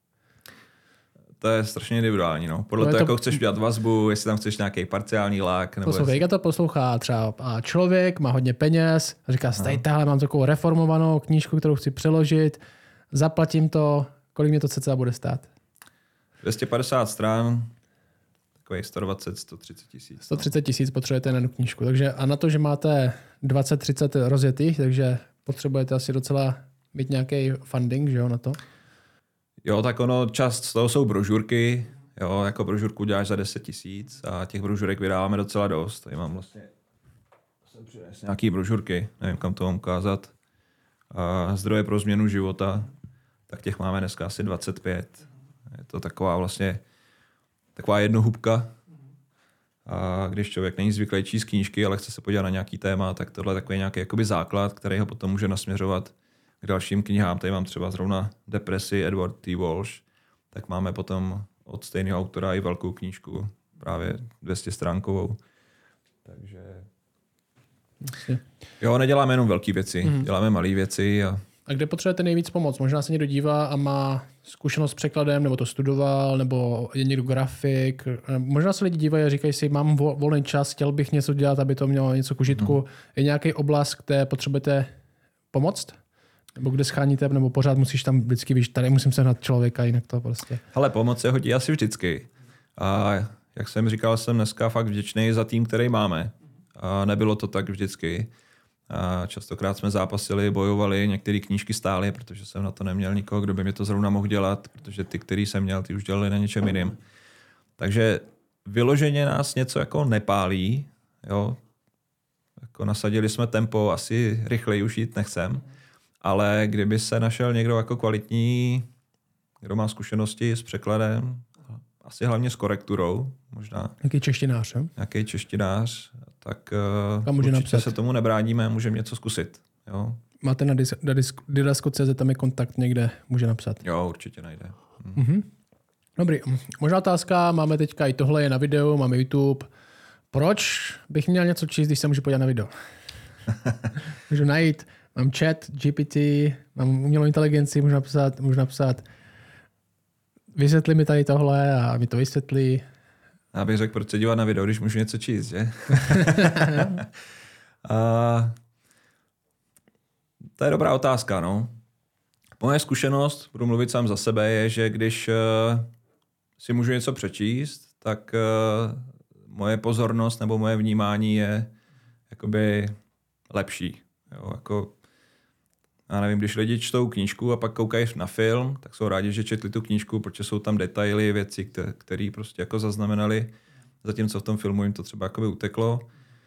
To je strašně individuální. No. Podle toho, to... jako chceš udělat vazbu, jestli tam chceš nějaký parciální lák. Nebo
Poslouchej,
jestli...
jak to poslouchá třeba člověk, má hodně peněz a říká si, tady tahle mám takovou reformovanou knížku, kterou chci přeložit, zaplatím to, kolik mě to cca bude stát?
dvě stě padesát stran, takových sto dvacet, sto třicet tisíc.
sto třicet tisíc potřebujete na jednu knížku. Takže a na to, že máte dvacet třicet rozjetých, takže potřebujete asi docela mít nějaký funding, že jo, na to?
Jo, tak ono, část z toho jsou brožurky, jo, jako brožurku děláš za deset tisíc a těch brožurek vydáváme docela dost. Tady mám vlastně, jsem přinesl nějaký brožurky, nevím, kam to mám ukázat. A zdroje pro změnu života, tak těch máme dneska asi dvacet pět. Je to taková vlastně, taková jednohubka. A když člověk není zvyklý číst knížky, ale chce se podívat na nějaký téma, tak tohle je takový nějaký jakoby základ, který ho potom může nasměřovat k dalším knihám. Tady mám třeba zrovna Depresi Edward T. Walsh, tak máme potom od stejného autora i velkou knížku, právě dvě stě stránkovou. Takže jo, neděláme jenom velké věci, mm. děláme malé věci. A...
a kde potřebujete nejvíc pomoc? Možná se někdo dívá a má zkušenost s překladem, nebo to studoval, nebo je někdo grafik. Možná se lidi dívají a říkají si, mám volný čas, chtěl bych něco dělat, aby to mělo něco k užitku. Mm. Je nějaký oblast, kde potřebujete pomoct? Nebo kde scháníte, nebo pořád musíš tam vždycky, víš, tady musím sehnat člověka, jinak to prostě.
Ale pomoc se hodí asi vždycky. A jak jsem říkal, jsem dneska fakt vděčný za tým, který máme. A nebylo to tak vždycky. A častokrát jsme zápasili, bojovali, některé knížky stály, protože jsem na to neměl nikoho, kdo by mi to zrovna mohl dělat, protože ty, který jsem měl, ty už dělali na něčem jiným. Takže vyloženě nás něco jako nepálí, jo. Jako nasadili jsme tempo, asi rychleji už jít nechcem, ale kdyby se našel někdo jako kvalitní, kdo má zkušenosti s překladem, asi hlavně s korekturou, možná.
Jaký češtinář, jo?
Jaký češtinář, tak uh,
určitě
napsat. Se tomu nebráníme, můžeme něco zkusit. Jo?
Máte na, dis- na dis- didasko tečka cé zet, tam je kontakt někde, může napsat.
Jo, určitě najde. Hm.
Mm-hmm. Dobrý. Možná otázka, máme teďka i tohle je na videu, máme YouTube. Proč bych měl něco číst, když se můžu podívat na video? Můžu najít, mám chat, G P T, mám umělou inteligenci, můžu napsat, můžu napsat vysvětli mi tady tohle a mi to vysvětlí.
Já bych řekl, proč se dívat na video, když můžu něco číst, že? A to je dobrá otázka, no. Moje zkušenost, budu mluvit sám za sebe, je, že když uh, si můžu něco přečíst, tak uh, moje pozornost nebo moje vnímání je jakoby lepší. Jo, jako, já nevím, když lidi čtou knížku a pak koukají na film, tak jsou rádi, že četli tu knížku, protože jsou tam detaily, věci, které prostě jako zaznamenali, zatímco v tom filmu jim to třeba jakoby uteklo.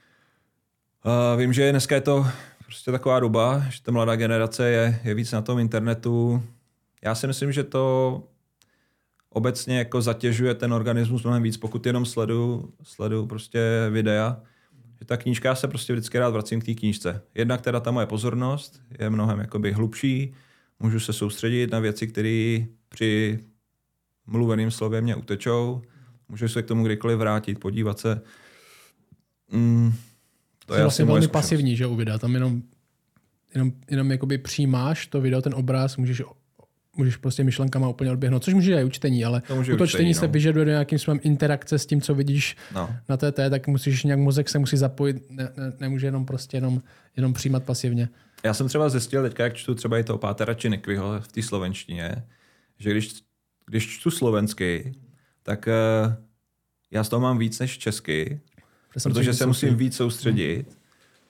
Uh, vím, že dneska je to prostě taková doba, že ta mladá generace je, je víc na tom internetu. Já si myslím, že to obecně jako zatěžuje ten organismus mnohem víc, pokud jenom sleduju, sleduju prostě videa. Že ta knížka, já se prostě vždycky rád vracím k té knížce. Jednak teda ta moje pozornost je mnohem jakoby hlubší, můžu se soustředit na věci, které při mluveném slově mě utečou, můžu se k tomu kdykoliv vrátit, podívat se. Mm, to je
vlastně
asi
velmi
zkušenost.
pasivní, že u videa. Tam jenom, jenom, jenom jakoby přijímáš to video, ten obraz, můžeš, můžeš prostě myšlenkama úplně odběhnout, což může i učtení, ale u to čtení no. se vyžaduje nějakým způsobem interakce s tím, co vidíš
no.
na té té, tak musíš nějak mozek se musí zapojit, ne, ne, nemůže jenom prostě jenom, jenom přijímat pasivně.
Já jsem třeba zjistil teďka, jak čtu třeba i toho Pátera Činekviho v té slovenštině, že když, když čtu slovensky, tak uh, já z toho mám víc než česky, protože se musím víc soustředit. Hmm.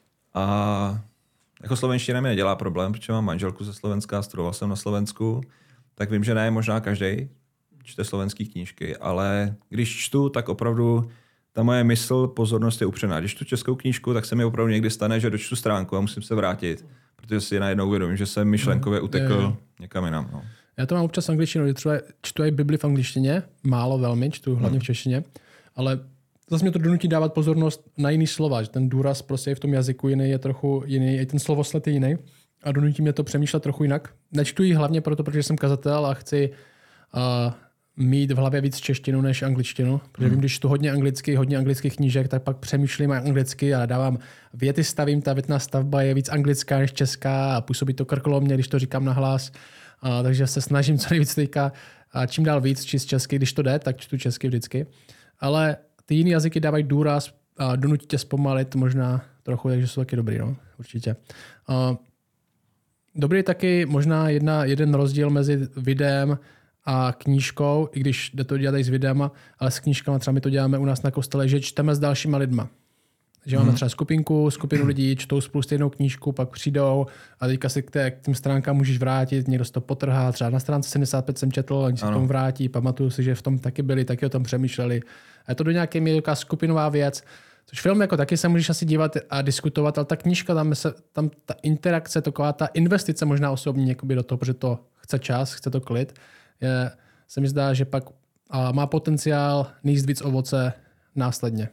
A jako slovenština mi nedělá problém, protože mám manželku ze Slovenska, studoval jsem na Slovensku, tak vím, že ne možná každý čte slovenský knížky, ale když čtu, tak opravdu ta moje mysl, pozornost je upřená. Když čtu českou knížku, tak se mi opravdu někdy stane, že dočtu stránku a musím se vrátit, protože si najednou uvědomím, že jsem myšlenkově utekl je, je. někam jinam. No.
Já to mám občas v angličtině, že třeba čtu i Bibli v angličtině, málo velmi, čtu hlavně v češtině, ale zase mě to donutí dávat pozornost na jiný slova, že ten důraz prostě je v tom jazyku jiný, je trochu jiný, i ten slovosled je jiný a donutí mě to přemýšlet trochu jinak. Nečtu ji hlavně proto, protože jsem kazatel a chci uh, mít v hlavě víc češtinu než angličtinu, protože hmm. vím, když čtu hodně anglicky, hodně anglických knížek, tak pak přemýšlím anglicky a dávám věty, stavím, ta větná stavba je víc anglická než česká a působí to krkolomně, když to říkám nahlas. Uh, takže se snažím co nejvíc teďka a čím dál víc číst česky, když to jde, tak čtu česky vždycky. Ale ty jiný jazyky dávají důraz a donutí tě zpomalit možná trochu, takže jsou taky dobrý, no, určitě. Uh, dobrý je taky možná jedna, jeden rozdíl mezi videem a knížkou, i když jde to dělat i s videama, ale s knížkama třeba my to děláme u nás na kostele, že čteme s dalšíma lidma. Že máme třeba skupinku, skupinu lidí, čtou spolu stejnou knížku, pak přijdou a teďka si k, té, k těm stránkám můžeš vrátit, někdo se to potrhá, třeba na stránce sedmdesát pět jsem četl, oni se k tomu vrátí, pamatuju si, že v tom taky byli, taky o tom přemýšleli. A je to do nějaké míry taková skupinová věc, což film jako taky se můžeš asi dívat a diskutovat, ale ta knížka, tam, se, tam ta interakce, taková ta investice možná osobní do toho, protože to chce čas, chce to klid, je, se mi zdá, že pak a má potenciál níst víc ovoce následně.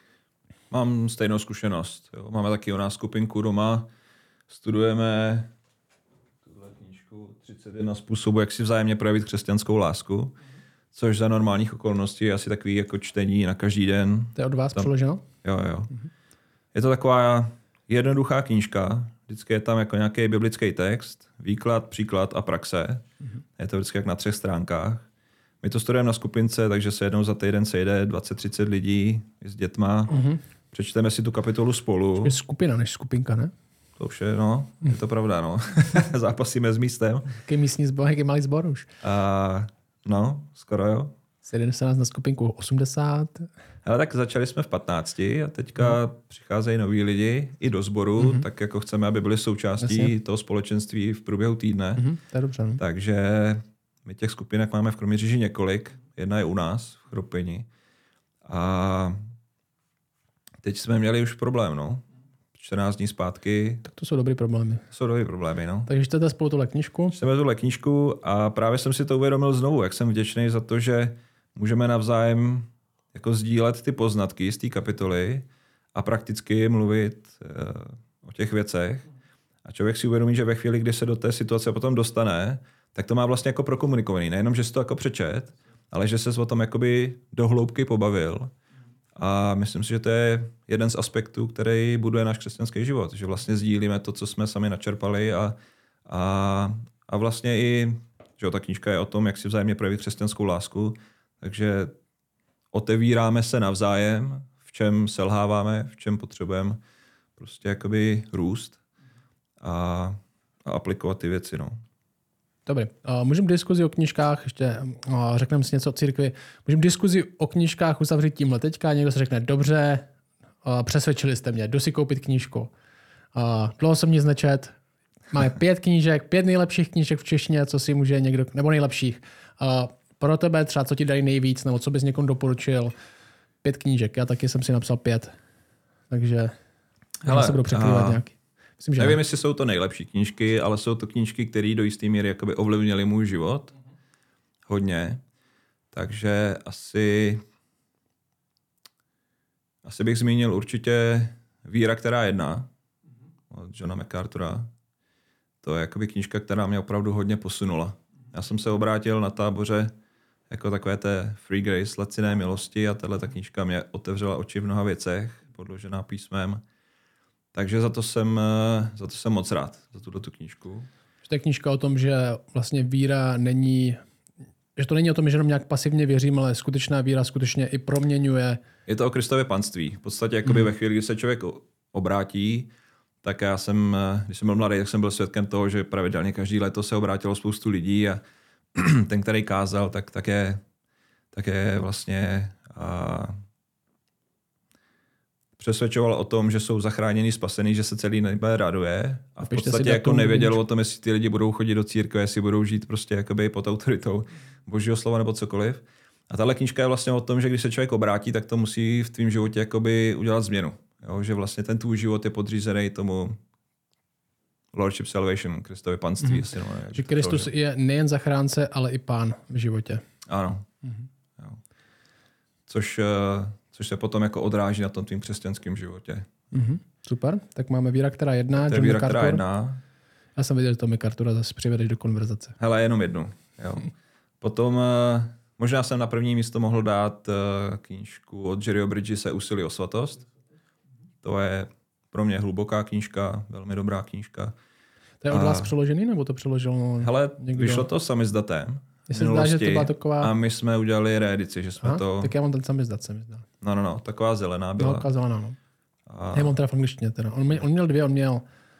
Mám stejnou zkušenost. Jo. Máme taky u nás skupinku doma. Studujeme tuhle knížku třicet jedna způsobů, jak si vzájemně projevit křesťanskou lásku, což za normálních okolností je asi takový jako čtení na každý den.
To je od vás
tam,
přeloženo?
Jo, jo. Mhm. Je to taková jednoduchá knížka. Vždycky je tam jako nějaký biblický text, výklad, příklad a praxe. Mhm. Je to vždycky jak na třech stránkách. My to studujeme na skupince, takže se jednou za týden sejde dvacet třicet lidí s dětma. Mhm. Přečteme si tu kapitolu spolu.
Je skupina než skupinka, ne?
To už je, no, je to pravda, no. Zápasíme s místem.
Jaký místní sbor, jaký malý sbor už.
A, no, skoro jo.
sedmdesát na skupinku osmdesát.
Ale tak začali jsme v patnácti a teďka mm. přicházejí noví lidi i do sboru, mm-hmm. tak jako chceme, aby byli součástí Jasně. toho společenství v průběhu týdne.
Mm-hmm, to je dobře. Ne?
Takže my těch skupinek máme v Kroměříži několik. Jedna je u nás v Chropini. A teď jsme měli už problém, no. čtrnáct dní zpátky.
Tak to jsou dobrý problémy.
Jsou dobrý problémy, no.
Takže čtete spolu tuhle knížku?
Čteme tuhle knížku a právě jsem si to uvědomil znovu, jak jsem vděčný za to, že můžeme navzájem jako sdílet ty poznatky z té kapitoly a prakticky mluvit uh, o těch věcech. A člověk si uvědomí, že ve chvíli, kdy se do té situace potom dostane, tak to má vlastně jako prokomunikovaný. Nejenom, že si to jako přečet, ale že se o tom jakoby do hloubky pobavil. A myslím si, že to je jeden z aspektů, který buduje náš křesťanský život. Že vlastně sdílíme to, co jsme sami načerpali a, a, a vlastně i, že ta knížka je o tom, jak si vzájemně projevit křesťanskou lásku. Takže otevíráme se navzájem, v čem selháváme, v čem potřebujeme prostě jakoby růst a, a aplikovat ty věci, no.
Dobrý. Uh, můžeme diskuzi o knížkách, ještě uh, řekneme si něco o církvi. Můžeme diskuzi o knížkách uzavřít tímhle teďka. Někdo se řekne, dobře, uh, přesvědčili jste mě, jdu si koupit knížku. Uh, dlouho jsem nic nečet. Máme pět knížek, pět nejlepších knížek v češtině, co si může někdo, nebo nejlepších. Uh, pro tebe třeba, co ti dají nejvíc, nebo co bys někomu doporučil. Pět knížek, já taky jsem si napsal pět. Takže hele, se budu překrývat nějaký. Myslím, že
nevím,
ne.
jestli jsou to nejlepší knížky, ale jsou to knížky, které do jisté míry jakoby ovlivnily můj život. Hodně. Takže asi, asi bych zmínil určitě Víra, která jedná od Johna MacArthura. To je jakoby knížka, která mě opravdu hodně posunula. Já jsem se obrátil na táboře jako takové té free grace, laciné milosti a tahle ta knížka mě otevřela oči v mnoha věcech, podložená písmem. Takže za to jsem, za to jsem moc rád, za tuto tu knížku.
To je knížka o tom, že vlastně víra není, že to není o tom, že jenom nějak pasivně věřím, ale skutečná víra skutečně i proměňuje. Je
to o Kristově panství. V podstatě jakoby mm. ve chvíli, kdy se člověk obrátí, tak já jsem, když jsem byl mladý, tak jsem byl svědkem toho, že pravidelně každý léto se obrátilo spoustu lidí a ten, který kázal, tak, tak, je, tak je vlastně a, přesvědčoval o tom, že jsou zachráněni, spasení, že se celý nebe raduje a v podstatě jako nevěděl o tom, jestli ty lidi budou chodit do církve, jestli budou žít prostě jakoby pod autoritou Božího slova nebo cokoliv. A tahle knížka je vlastně o tom, že když se člověk obrátí, tak to musí v tvém životě jakoby udělat změnu. Jo? Že vlastně ten tvůj život je podřízený tomu Lordship Salvation, Kristově panství. Mm-hmm. No,
že Kristus je nejen zachránce, ale i pán v životě.
Ano. Mm-hmm. Jo. Což, což se potom jako odráží na tom tvým křesťanském životě.
Mm-hmm. Super. Tak máme Víra, která jedná.
To je Víra, která jedná.
Já jsem viděl, že to MacArthura zase přivedeš do konverzace.
Hele, jenom jednu. Jo. Potom možná jsem na první místo mohl dát knížku od Jerryho Bridgese Úsilí o svatost. To je pro mě hluboká knížka, velmi dobrá knížka.
To je od vás přeložený, nebo to přeložil
hele,
někdo?
Vyšlo to samizdatem.
Mně zdá, že to byla taková...
A my jsme udělali reedici, že jsme
Aha,
to...
Tak já mám ten samizdat, se mi zdá.
No, no, no, taková zelená byla.
No, taková zelená, no.
A...
Já mám teda v angličtině teda. On, mě, on měl dvě, on měl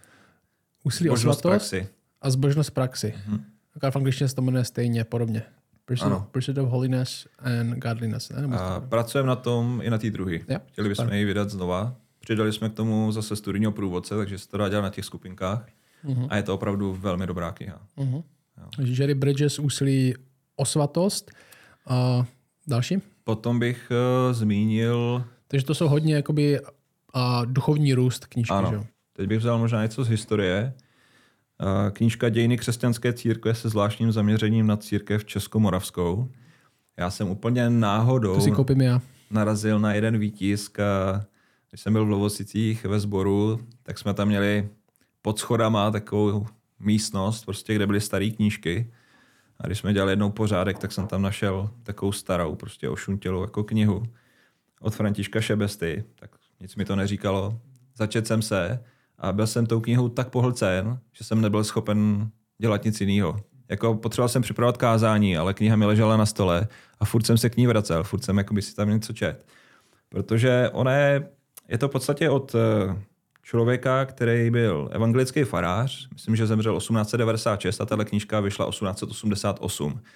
Úsilí o svatost a Zbožnost praxi. Mm-hmm. Taková v angličtině se to jmenuje stejně, podobně. Pursuit, Pursuit of Holiness and Godliness. Ne?
A pracujeme na tom i na té druhé. Chtěli bychom ji vydat znova. Přidali jsme k tomu zase studijního průvodce, takže se to dá dělat na těch skupinkách. Uh-huh. A je to opravdu velmi dobrá kniha.
Uh-huh. Jerry Bridges Úsilí o svatost. A další?
Potom bych uh, zmínil...
Takže to jsou hodně jakoby uh, duchovní růst knížky.
Ano.
Že?
Teď bych vzal možná něco z historie. Uh, knížka Dějiny křesťanské církve se zvláštním zaměřením na církev Českomoravskou. Já jsem úplně náhodou
to si koupím já.
narazil na jeden výtisk. Uh, Když jsem byl v Lovosicích ve sboru, tak jsme tam měli pod schodama takovou místnost, prostě, kde byly staré knížky. A když jsme dělali jednou pořádek, tak jsem tam našel takovou starou, prostě ošuntělou jako knihu od Františka Šebesty. Tak nic mi to neříkalo. Začet jsem se a byl jsem tou knihou tak pohlcen, že jsem nebyl schopen dělat nic jiného. Jako potřeboval jsem připravovat kázání, ale kniha mi ležela na stole a furt jsem se k ní vracel, furt jsem jakoby si tam něco čet. Protože ona je Je to v podstatě od člověka, který byl evangelický farář. Myslím, že zemřel osmnáct set devadesát šest a tato knížka vyšla osmnáct set osmdesát osm.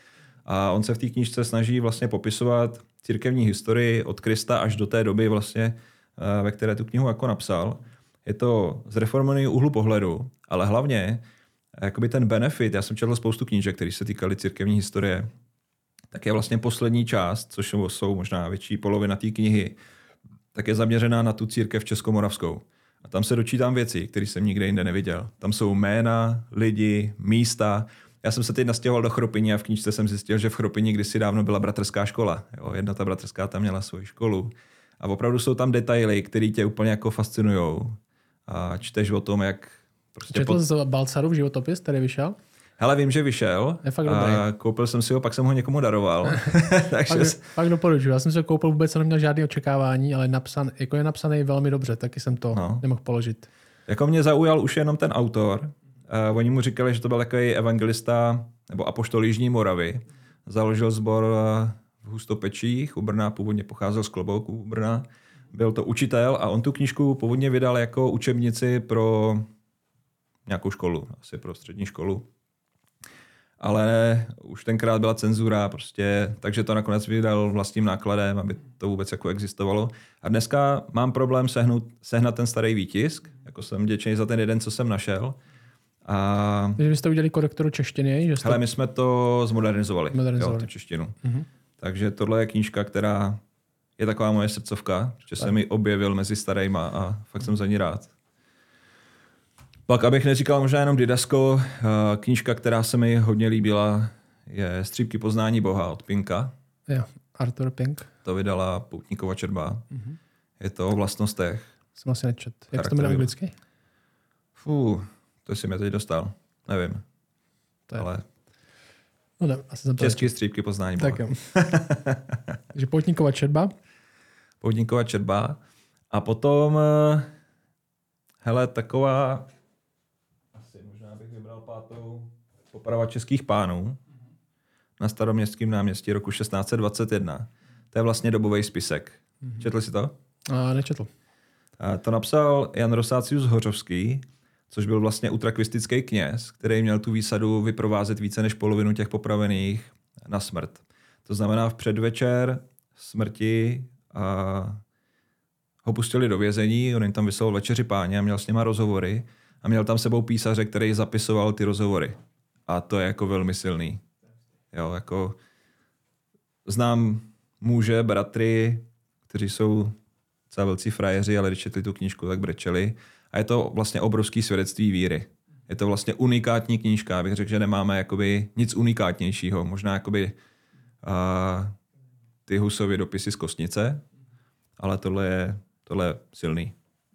A on se v té knížce snaží vlastně popisovat církevní historii od Krista až do té doby vlastně, ve které tu knihu jako napsal. Je to z reformovaného úhlu pohledu, ale hlavně jakoby ten benefit, já jsem četl spoustu knížek, které se týkaly církevní historie, tak je vlastně poslední část, což jsou možná větší polovina té knihy, tak je zaměřená na tu církev českomoravskou. A tam se dočítám věci, které jsem nikde jinde neviděl. Tam jsou jména, lidi, místa. Já jsem se teď nastěhoval do Chropyně a v knížce jsem zjistil, že v Chropyni kdysi dávno byla bratrská škola. Jo, jedna ta bratrská tam měla svoji školu. A opravdu jsou tam detaily, které tě úplně jako fascinujou. A čteš o tom, jak... Prostě
Četl pod... z Balcarův životopis, který vyšel?
Hele, vím, že vyšel.
Je fakt dobrý.
A koupil jsem si ho, pak jsem ho někomu daroval.
Takže... Pak, pak doporučuji. Já jsem si ho koupil, vůbec jsem neměl žádné očekávání, ale napsan, jako je napsaný velmi dobře, taky jsem to no. nemohl položit.
Jako mě zaujal už jenom ten autor. Uh, oni mu říkali, že to byl takový evangelista nebo apoštol Jižní Moravy. Založil sbor v Hustopečích, u Brna, původně pocházel z Klobouku u Brna. Byl to učitel a on tu knížku původně vydal jako učebnici pro nějakou školu, asi pro střední školu. Ale už tenkrát byla cenzura, prostě, takže to nakonec vydal vlastním nákladem, aby to vůbec jako existovalo. A dneska mám problém sehnout, sehnat ten starý výtisk, jako jsem vděčný za ten jeden, co jsem našel. A...
Takže vy jste udělali korekturu češtiny? Že jste...
Hele, my jsme to zmodernizovali,
modernizovali.
Jo, tu češtinu.
Mm-hmm.
Takže tohle je knížka, která je taková moje srdcovka, že jsem ji objevil mezi starejma a fakt jsem za ní rád. Pak, abych neříkal možná jenom Didasko, knížka, která se mi hodně líbila, je Střípky poznání Boha od Pinka.
Jo, Arthur Pink.
To vydala Poutníkova četba. Mm-hmm. Je to o vlastnostech.
Jsem asi nečet. Jak se to jmenuje anglicky?
Fů, to jsi mě teď dostal. Nevím.
To je.
Ale...
No ne, asi jsem
Český Střípky poznání Boha.
Tak jo. Takže Poutníkova četba.
Poutníkova četba. A potom, hele, taková... Možná bych vybral pátou Poprava českých pánů na Staroměstském náměstí roku šestnáct set dvacet jedna. To je vlastně dobový spisek. Mm-hmm. Četl jsi to?
A nečetl.
A to napsal Jan Rosácius Hořovský, což byl vlastně utrakvistický kněz, který měl tu výsadu vyprovázet více než polovinu těch popravených na smrt. To znamená v předvečer smrti a ho pustili do vězení, on jim tam vyslal večeři páně a měl s nima rozhovory. A měl tam sebou písaře, který zapisoval ty rozhovory. A to je jako velmi silný. Jo, jako znám muže, bratry, kteří jsou docela velcí frajeři, ale když četli tu knížku, tak brečeli. A je to vlastně obrovský svědectví víry. Je to vlastně unikátní knížka. Bych řekl, že nemáme jakoby nic unikátnějšího. Možná jakoby a, ty Husovy dopisy z Kostnice, ale tohle je, tohle je silný.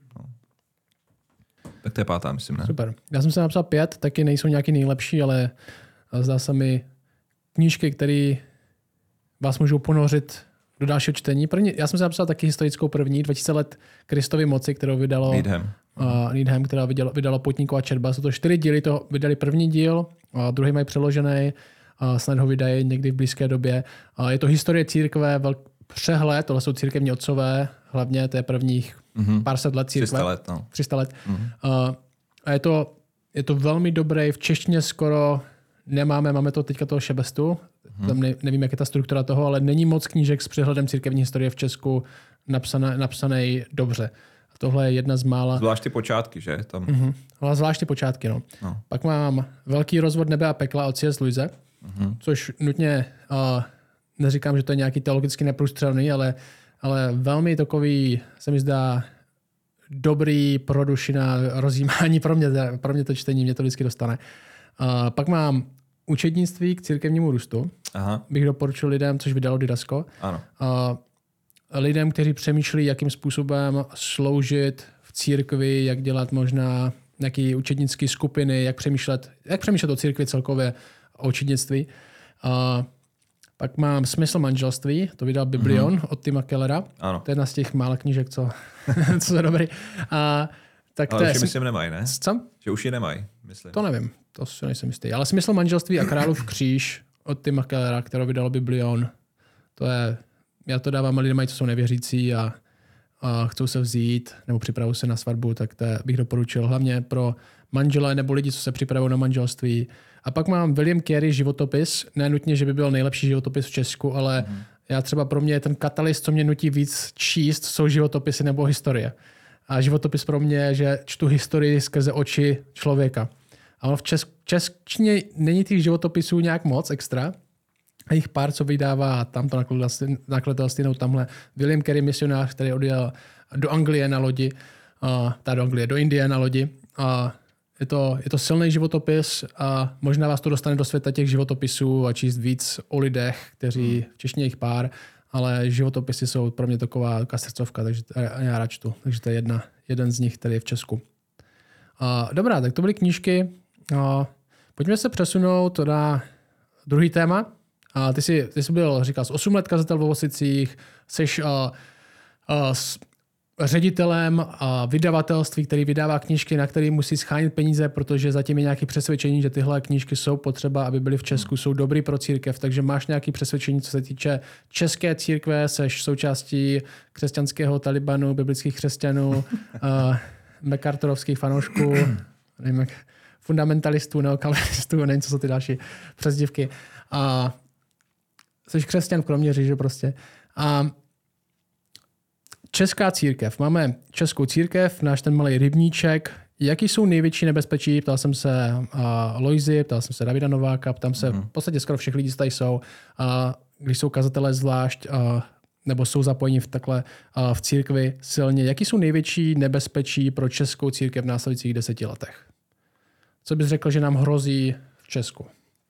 Tak to je pátá, myslím, ne?
Super. Já jsem se napsal pět, taky nejsou nějaký nejlepší, ale zdá se mi knížky, které vás můžou ponořit do dalšího čtení. První, já jsem se napsal taky historickou první, dva tisíce let Kristovy moci, kterou vydalo
Needham,
uh, Needham která vydalo, vydalo Poutníkova četba. Jsou to čtyři díly, to vydali první díl, a druhý mají přeložený, a snad ho vydají někdy v blízké době. A je to historie církve, velk, přehled, tohle jsou církevní otcové, hlavně to je prvních mm-hmm. pár set let církve.
tři sta let, no.
tři sta let. Mm-hmm. Uh, a je to, je to velmi dobré, v češtině skoro nemáme, máme to teďka toho Šebestu, mm-hmm. tam ne, nevím, jak je ta struktura toho, ale není moc knížek s přehledem církevní historie v Česku napsané, napsané dobře. A tohle je jedna z mála.
Zvlášť ty počátky, že? Tam...
Mm-hmm. Ale zvlášť ty počátky, no. no. Pak mám Velký rozvod nebe a pekla od C S. Lewise, mm-hmm. což nutně uh, neříkám, že to je nějaký teologicky neprůstřelný, ale, ale velmi takový, se mi zdá, dobrý pro duši na rozjímání. Pro mě, pro mě to čtení, mě to vždycky dostane. Uh, pak mám Učednictví k církevnímu růstu. Aha. Bych doporučil lidem, což vydalo Didasko.
Ano.
Uh, lidem, kteří přemýšlí, jakým způsobem sloužit v církvi, jak dělat možná nějaké učednické skupiny, jak přemýšlet, jak přemýšlet o církvi celkově, o učednictví. Uh, Pak mám Smysl manželství, to vydal Biblion mm-hmm. od Tima Kellera.
Ano.
To je jedna z těch mála knížek, co, co jsou dobrý. A, tak
ale
to
už
je,
ji myslím nemají, ne?
Co?
Že už ji nemají, myslím.
To nevím, to si nejsem jistý. Ale Smysl manželství a Králův kříž od Tima Kellera, kterou vydalo Biblion. To je, já to dávám lidem, co jsou nevěřící a, a chcou se vzít nebo připravují se na svatbu, tak to bych doporučil hlavně pro manžele nebo lidi, co se připravují na manželství. A pak mám William Carey životopis, ne nutně, že by byl nejlepší životopis v Česku, ale mm. já třeba pro mě je ten katalyst, co mě nutí víc číst, jsou životopisy nebo historie. A životopis pro mě je, že čtu historii skrze oči člověka. A ono v česk- českštině není těch životopisů nějak moc extra. A jich pár, co vydává tamto nakladatelství, nebo tamhle William Carey misionář, který odjel do Anglie na lodi, a, ta do Anglie, do Indie na lodi. A je to, je to silný životopis a možná vás to dostane do světa těch životopisů a číst víc o lidech, kteří, v češtině jich pár, ale životopisy jsou pro mě taková, taková srdcovka, takže já rád čtu. Takže to je jedna, jeden z nich, který je v Česku. A, dobrá, tak to byly knížky. A, pojďme se přesunout na druhý téma. A ty jsi, ty jsi byl, říkal, jsi osm let kazatel v Vosicích, jsi uh, uh, s ředitelem a vydavatelství, který vydává knížky, na který musí schánit peníze, protože zatím je nějaké přesvědčení, že tyhle knížky jsou potřeba, aby byly v Česku, jsou dobrý pro církev, takže máš nějaké přesvědčení, co se týče české církve, seš součástí křesťanského Talibanu, biblických křesťanů, uh, MacArthurovských fanoušků, nevím, jak, fundamentalistů, neokalvinistů, nevím, co jsou ty další přezdívky. A jsi křesťan v Kroměříži, že prostě. A česká církev. Máme českou církev, náš ten malý rybníček. Jaký jsou největší nebezpečí? Ptal jsem se uh, Lojzy, ptal jsem se Davida Nováka, ptám se mm. v podstatě skoro všech lidí, co tady jsou. Uh, když jsou kazatelé zvlášť, uh, nebo jsou zapojeni v takhle uh, v církvi silně. Jaký jsou největší nebezpečí pro českou církev v následujících deseti letech? Co bys řekl, že nám hrozí v Česku?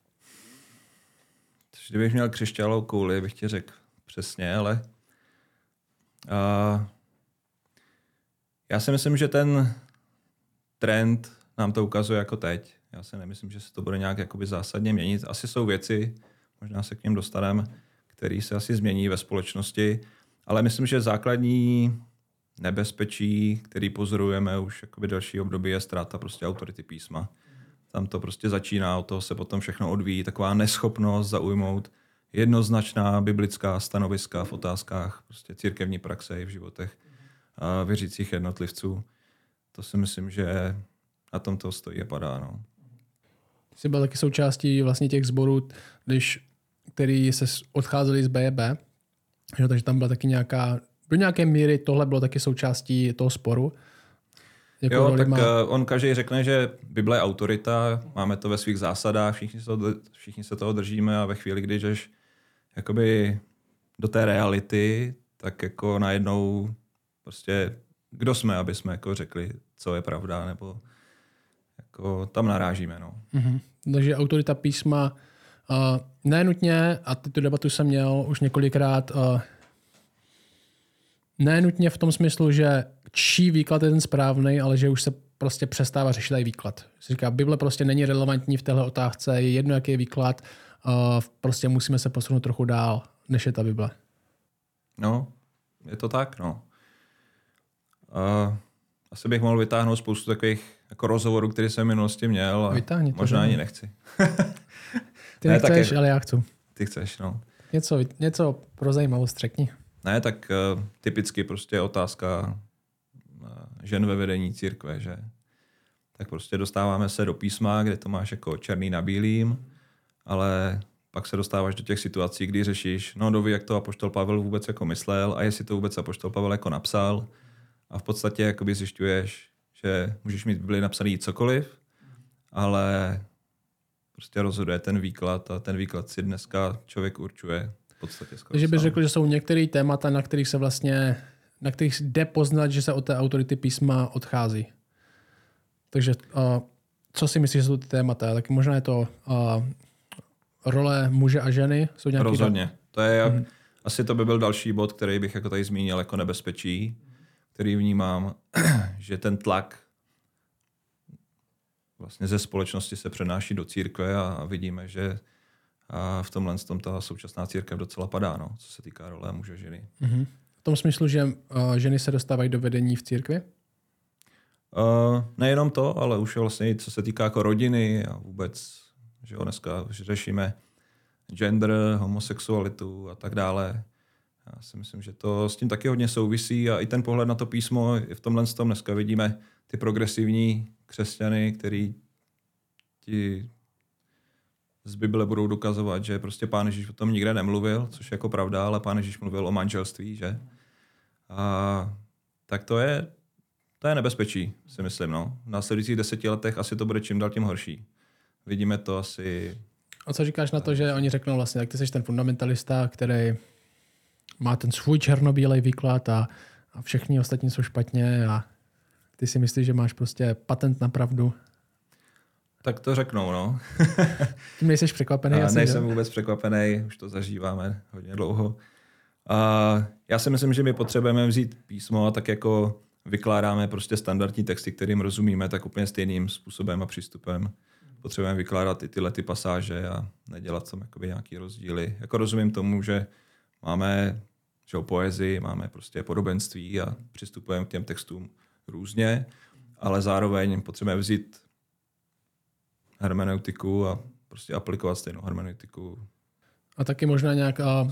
Kdybych měl křišťálovou kouli, bych ti řekl přesně, ale uh, já si myslím, že ten trend nám to ukazuje jako teď. Já si nemyslím, že se to bude nějak jakoby zásadně měnit. Asi jsou věci, možná se k něm dostaneme, které se asi změní ve společnosti, ale myslím, že základní nebezpečí, který pozorujeme už jakoby další období, je ztráta prostě autority písma. Tam to prostě začíná, od toho se potom všechno odvíjí, taková neschopnost zaujmout jednoznačná biblická stanoviska v otázkách prostě církevní praxe i v životech a věřících jednotlivců. To si myslím, že na tom to stojí a padá. No.
Jsi byl taky součástí vlastně těch sborů, když, který se odcházeli z B J B, že, takže tam byla taky nějaká, do nějaké míry tohle bylo taky součástí toho sporu.
Jako jo, tak má... on každý řekne, že Bible je autorita, máme to ve svých zásadách, všichni se, to, všichni se toho držíme a ve chvíli, když jdeš jakoby do té reality, tak jako najednou prostě kdo jsme, aby jsme jako řekli, co je pravda, nebo jako tam narážíme. No.
Mm-hmm. Takže autorita písma uh, nenutně, a tu debatu jsem měl už několikrát, uh, nenutně v tom smyslu, že čí výklad je ten správný, ale že už se prostě přestává řešit i výklad. Se říká, Bible prostě není relevantní v téhle otázce, je jedno, jaký je výklad, uh, prostě musíme se posunout trochu dál, než je ta Bible.
No, je to tak, no. Uh, asi bych mohl vytáhnout spoustu takových jako rozhovorů, které jsem v minulosti měl a
Vytáhni to,
možná ani nechci.
Ty ne, nechceš, taky, ale já chci.
Ty chceš, no.
Něco, něco pro zajímavost řekni.
Ne, tak uh, typicky prostě otázka uh, žen ve vedení církve, že tak prostě dostáváme se do písma, kde to máš jako černý na bílým, ale pak se dostáváš do těch situací, kdy řešíš, no doví, jak to apoštol Pavel vůbec jako myslel a jestli to vůbec apoštol Pavel jako napsal a v podstatě jakoby zjišťuješ, že můžeš mít v Bibli napsaný cokoliv, ale prostě rozhoduje ten výklad a ten výklad si dneska člověk určuje v podstatě skoro.
Takže bych řekl, že jsou některé témata, na kterých se vlastně, na kterých jde poznat, že se od té autority písma odchází. Takže uh, co si myslíš, že jsou ty témata? Tak možná je to uh, role muže a ženy? Jsou nějaký
Rozhodně. Do... To je, mm. Asi to by byl další bod, který bych jako tady zmínil jako nebezpečí, který vnímám, že ten tlak vlastně ze společnosti se přenáší do církve a vidíme, že a v tomhle tom ta současná církev docela padá, no, co se týká role muže a ženy.
Mm-hmm. V tom smyslu, že uh, ženy se dostávají do vedení v církvi?
Uh, nejenom to, ale už vlastně co se týká jako rodiny a vůbec, že jo, dneska řešíme gender, homosexualitu a tak dále. Já si myslím, že to s tím taky hodně souvisí a i ten pohled na to písmo i v tomhle tom dneska vidíme ty progresivní křesťany, který ti z Bible budou dokazovat, že prostě Pán Ježíš o tom nikde nemluvil, což je jako pravda, ale Pán Ježíš mluvil o manželství, že? A tak to je, to je nebezpečí, si myslím. No. V následujících deseti letech asi to bude čím dál tím horší. Vidíme to asi...
A co říkáš na to, že oni řeknou vlastně, jak ty jsi ten fundamentalista, který má ten svůj černobílej výklad a, a všichni ostatní jsou špatně a ty si myslíš, že máš prostě patent na pravdu?
Tak to řeknou, no.
Tím nejsi překvapený?
Já
asi,
nejsem
že?
vůbec překvapený, už to zažíváme hodně dlouho. A já si myslím, že my potřebujeme vzít písmo a tak jako vykládáme prostě standardní texty, kterým rozumíme, tak úplně stejným způsobem a přístupem. Potřebujeme vykládat i tyhle ty pasáže a nedělat tam jakoby nějaký rozdíly. Jako rozumím tomu, že máme že o poezii, máme prostě podobenství a přistupujeme k těm textům různě, ale zároveň potřebujeme vzít hermeneutiku a prostě aplikovat stejnou hermeneutiku.
A taky možná nějak... A...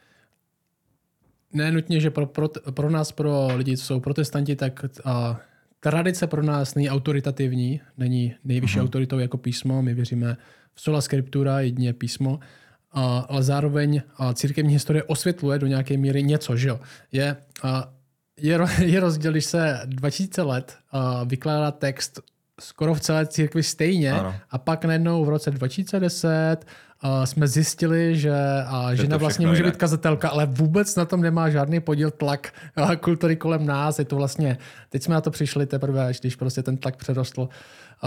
Ne nutně, že pro, pro, pro nás, pro lidi, co jsou protestanti, tak a, tradice pro nás není autoritativní, není nejvyšší uh-huh. autoritou jako písmo. My věříme v sola scriptura, jedině písmo, a, ale zároveň a církevní historie osvětluje do nějaké míry něco, že jo. Je, a, je, je rozdíl, když se dva tisíce let a, vykládá text skoro v celé církvi stejně ano. a pak najednou v roce dva tisíce deset uh, jsme zjistili, že uh, žena vlastně může jinak. být kazatelka, ale vůbec na tom nemá žádný podíl tlak uh, kultury kolem nás. Je to vlastně, teď jsme na to přišli teprve, když prostě ten tlak přerostl. Uh,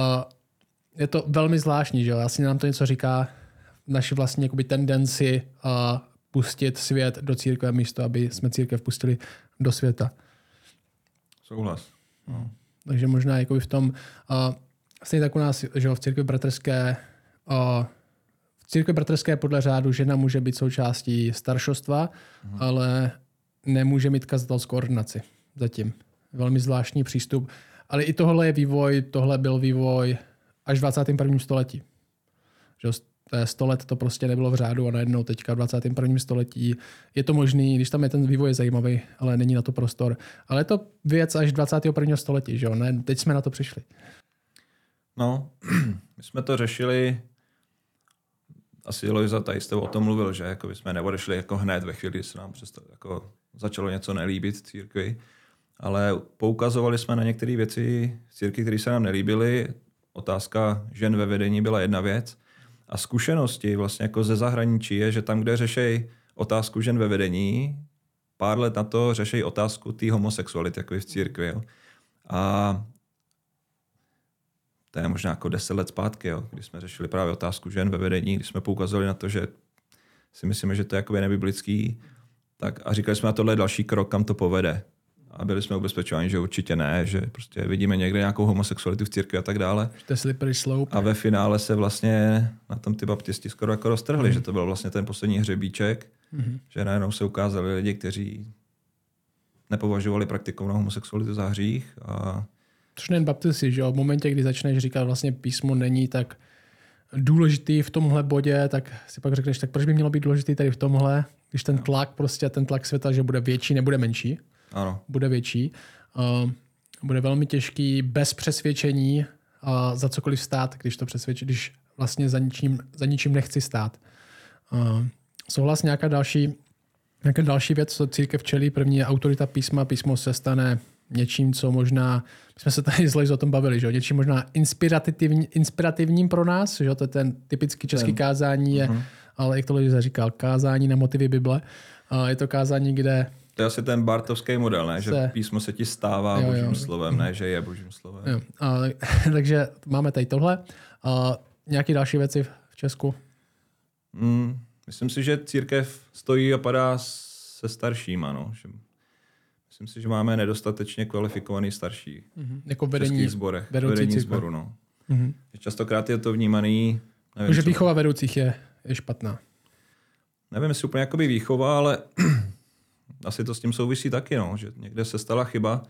je to velmi zvláštní, že jo? Asi nám to něco říká naši vlastní jakoby tendenci uh, pustit svět do církve místo, aby jsme církev pustili do světa.
Souhlas. No.
Takže možná jako v tom, uh, stejně tak u nás, že v církvi bratrské, uh, v církvi bratrské podle řádu žena může být součástí staršostva, mhm. ale nemůže mít kazatelskou ordinaci zatím. Velmi zvláštní přístup. Ale i tohle je vývoj, tohle byl vývoj až v dvacátém prvním století. Že sto let to prostě nebylo v řádu a najednou teďka v dvacátém prvním století je to možný, když tam je ten vývoj je zajímavý, ale není na to prostor. Ale je to věc až dvacátého prvního století, že jo? Ne, teď jsme na to přišli.
No, my jsme to řešili, asi Lojza tady s tebou o tom mluvil, že jako jsme neodešli jako hned ve chvíli, kdy se nám přesto, jako začalo něco nelíbit v církvi, ale poukazovali jsme na některé věci v církvi, které se nám nelíbily. Otázka žen ve vedení byla jedna věc. A zkušenosti vlastně jako ze zahraničí je, že tam, kde řešejí otázku žen ve vedení, pár let na to řešejí otázku té homosexuality, jako je v církvi. Jo. A to je možná jako deset let zpátky, jo, kdy jsme řešili právě otázku žen ve vedení, když jsme poukazovali na to, že si myslíme, že to je jakoby nebiblický, tak a říkali jsme, že tohle je další krok, kam to povede. A byli jsme ubezpečováni, že určitě ne, že prostě vidíme někde nějakou homosexualitu v církvi a tak dále.
To je slippery slope.
A ve finále se vlastně na tom ty baptisti skoro jako roztrhli, mm. že to byl vlastně ten poslední hřebíček, mm. že najednou se ukázali lidi, kteří nepovažovali praktikovanou homosexualitu za hřích. A...
Což nejen baptisti, že jo? V momentě, kdy začneš říkat vlastně písmo není tak důležitý v tomhle bodě, tak si pak řekneš, tak proč by mělo být důležitý tady v tomhle, když ten tlak, prostě ten tlak světa, že bude větší, nebude menší.
Ano.
Bude větší. Uh, bude velmi těžký bez přesvědčení uh, za cokoliv stát, když to přesvědčí, když vlastně za ničím, za ničím nechci stát. Uh, souhlas nějaká další, nějaká další věc, co církev čelí. První je autorita písma. Písmo se stane něčím, co možná, my jsme se tady z Lojzou o tom bavili, že? Něčím možná inspirativní, inspirativním pro nás, že? To je ten typický český ten. kázání, je, uh-huh. ale jak to Lojza říkal, kázání na motivy Bible. Uh, je to kázání, kde
to je asi ten bartovský model, ne? Že se... písmo se ti stává jo, božím jo. slovem, ne? Že je božím slovem.
Jo. A, takže máme tady tohle. A nějaké další věci v Česku?
Mm, myslím si, že církev stojí a padá se staršíma. No. Že myslím si, že máme nedostatečně kvalifikovaný starší
mm-hmm. jako vedení,
v českých zborech. Vedení zboru, no. Mm-hmm. Častokrát je to vnímaný...
Nevím, že výchova vedoucích je, je špatná.
Nevím, jestli úplně jakoby výchova, ale... Asi to s tím souvisí taky, no, že někde se stala chyba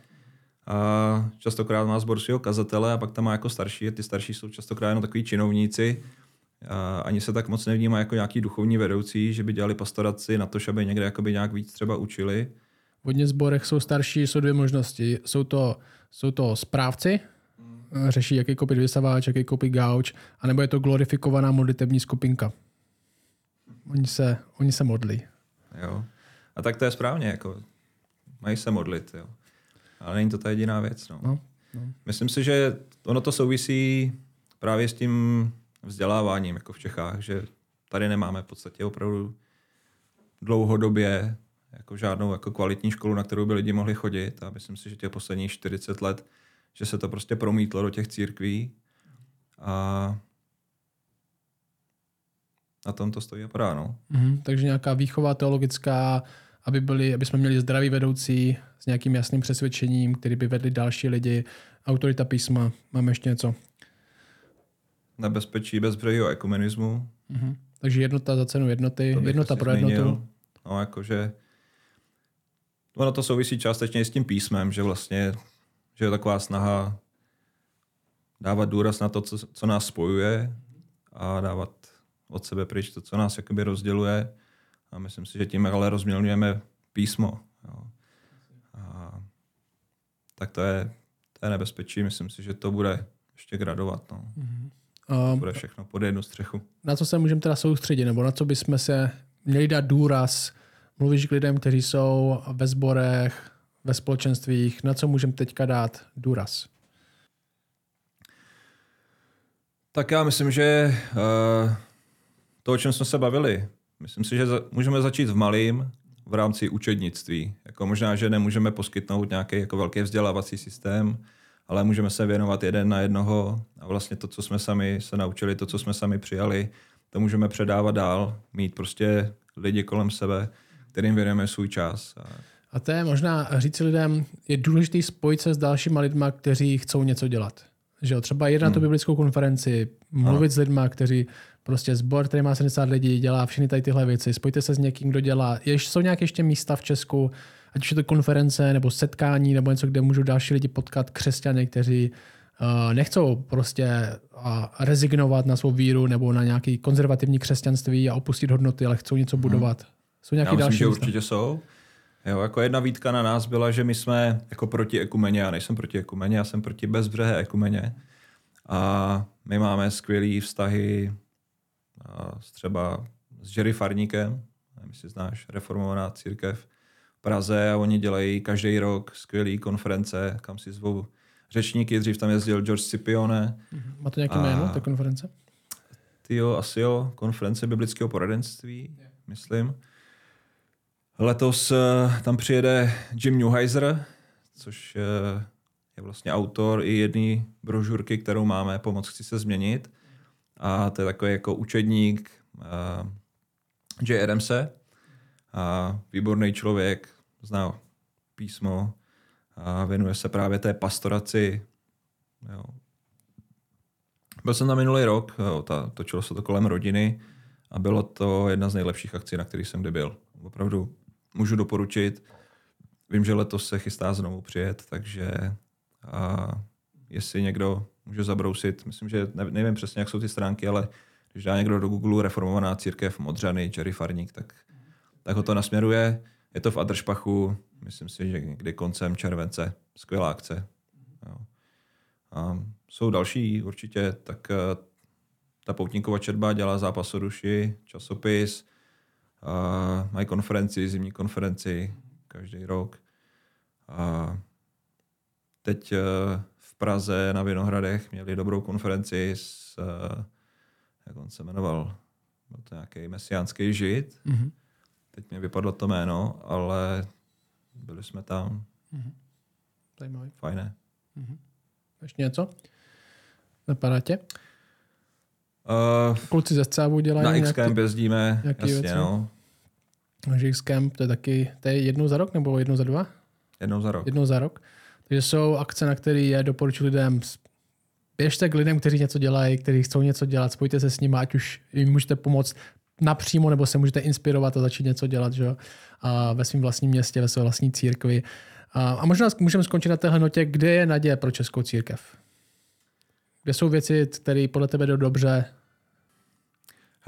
a častokrát má sbor svého kazatele a pak tam má jako starší, ty starší jsou častokrát jenom takový činovníci, A ani se tak moc nevnímá jako nějaký duchovní vedoucí, že by dělali pastoraci na to, aby někde jakoby nějak víc třeba učili.
V hodně sborech jsou starší, jsou dvě možnosti. Jsou to, jsou to správci, řeší, jaký koupit vysavač, jaký koupit gauč, anebo je to glorifikovaná modlitební skupinka. Oni se, oni se modlí.
Jo. A tak to je správně, jako mají se modlit, jo. Ale není to ta jediná věc. No.
No, no.
Myslím si, že ono to souvisí právě s tím vzděláváním jako v Čechách, že tady nemáme v podstatě opravdu dlouhodobě jako žádnou jako kvalitní školu, na kterou by lidi mohli chodit. A myslím si, že těch posledních čtyřicet let, že se to prostě promítlo do těch církví. A na tom to stojí a padá, no.
Mhm, takže nějaká výchova teologická, aby, byli, aby jsme měli zdravý vedoucí s nějakým jasným přesvědčením, který by vedli další lidi. Autorita písma. Máme ještě něco?
Nebezpečí bezbřehého ekumenismu.
Mhm. Takže jednota za cenu jednoty, jednota pro jednotu.
Zmínil. No, jakože ono to souvisí částečně s tím písmem, že vlastně že je taková snaha dávat důraz na to, co, co nás spojuje a dávat od sebe pryč to, co nás jakoby rozděluje. A myslím si, že tím ale rozmělňujeme písmo. Jo. A tak to je, to je nebezpečí. Myslím si, že to bude ještě gradovat. No.
Mhm.
To
Um,
bude všechno pod jednu střechu.
na co se můžeme teda soustředit, nebo na co bychom se měli dát důraz? Mluvíš k lidem, kteří jsou ve sborech, ve společenstvích, na co můžeme teďka dát důraz?
Tak já myslím, že uh, to, o čem jsme se bavili, myslím si, že za, můžeme začít v malým v rámci učednictví. Jako možná, že nemůžeme poskytnout nějaký jako velký vzdělávací systém, ale můžeme se věnovat jeden na jednoho a vlastně to, co jsme sami se naučili, to, co jsme sami přijali, to můžeme předávat dál, mít prostě lidi kolem sebe, kterým věnujeme svůj čas. A
A to je možná říct lidem, je důležité spojit se s dalšíma lidma, kteří chcou něco dělat. Že jo, třeba jít na tu
Hmm.
biblickou konferenci, mluvit
Ano.
s lidma, kteří prostě sbor, který má sedmdesát lidí, dělá všechny tady tyhle věci. Spojte se s někým, kdo dělá. Jež jsou nějaké ještě místa v Česku, ať už je to konference nebo setkání nebo něco, kde můžou další lidi potkat, křesťany, kteří uh, nechcou prostě uh, rezignovat na svou víru nebo na nějaký konzervativní křesťanství a opustit hodnoty, ale chcou něco budovat. Jsou nějaké
já myslím,
další
že
místa?
určitě jsou. Jo, jako jedna výtka na nás byla, že my jsme jako proti ekumeně, já nejsem proti ekumeně, já jsem proti bezbřehé ekumeně. A my máme skvělé vztahy a s třeba s Jerry Farníkem, nevím, jestli znáš, reformovaná církev v Praze a oni dělají každý rok skvělé konference, kam si zvou řečníky, dřív tam jezdil George Scipione.
Má to nějaké
A-
jméno, ta konference?
Tyjo, asi jo, konference biblického poradenství, myslím. Letos uh, tam přijede Jim Newheiser, což uh, je vlastně autor i jedné brožurky, kterou máme, Pomoc chci se změnit. A to je takový jako učedník uh, J. Adamse. A výborný člověk, zná písmo a věnuje se právě té pastoraci. Jo. Byl jsem tam minulý rok, jo, ta, točilo se to kolem rodiny a bylo to jedna z nejlepších akcí, na kterých jsem kdy byl. Opravdu můžu doporučit. Vím, že letos se chystá znovu přijet, takže a jestli někdo může zabrousit, myslím, že ne, nevím přesně, jak jsou ty stránky, ale když dá někdo do Google reformovaná církev Modřany, Jerry Farník, tak, tak ho to nasměruje. Je to v Adršpachu, myslím si, že někdy koncem července. Skvělá akce. Jo. A jsou další určitě, tak uh, ta Poutníkova četba dělá Zápas o duši, časopis, uh, mají konferenci, zimní konferenci každý rok. A teď uh, v Praze na Vinohradech měli dobrou konferenci s, uh, jak on se jmenoval, byl to nějaký mesiánský žid.
Mhm.
Teď mi vypadlo to jméno, ale byli jsme tam.
Mhm. Zajímavý.
Fajné.
Mhm. Ještě něco? Napadá tě?
Uh,
Kluci ze Scávu dělají
na
nějaký,
X-Camp jezdíme,
nějaký
jasně,
věci?
no.
takže X-Camp, to je taky, to je jednou za rok nebo jednou za dva?
Jednou za rok.
Jednou za rok. Takže jsou akce, na které je doporučuji lidem, běžte k lidem, kteří něco dělají, kteří chcou něco dělat, spojte se s nimi, ať už jim můžete pomoct napřímo, nebo se můžete inspirovat a začít něco dělat, že jo? A ve svém vlastním městě, ve své vlastní církvi. A, a možná můžeme skončit na téhle notě, kde je naděje pro českou církev. Kde jsou věci, které podle tebe jdou dobře?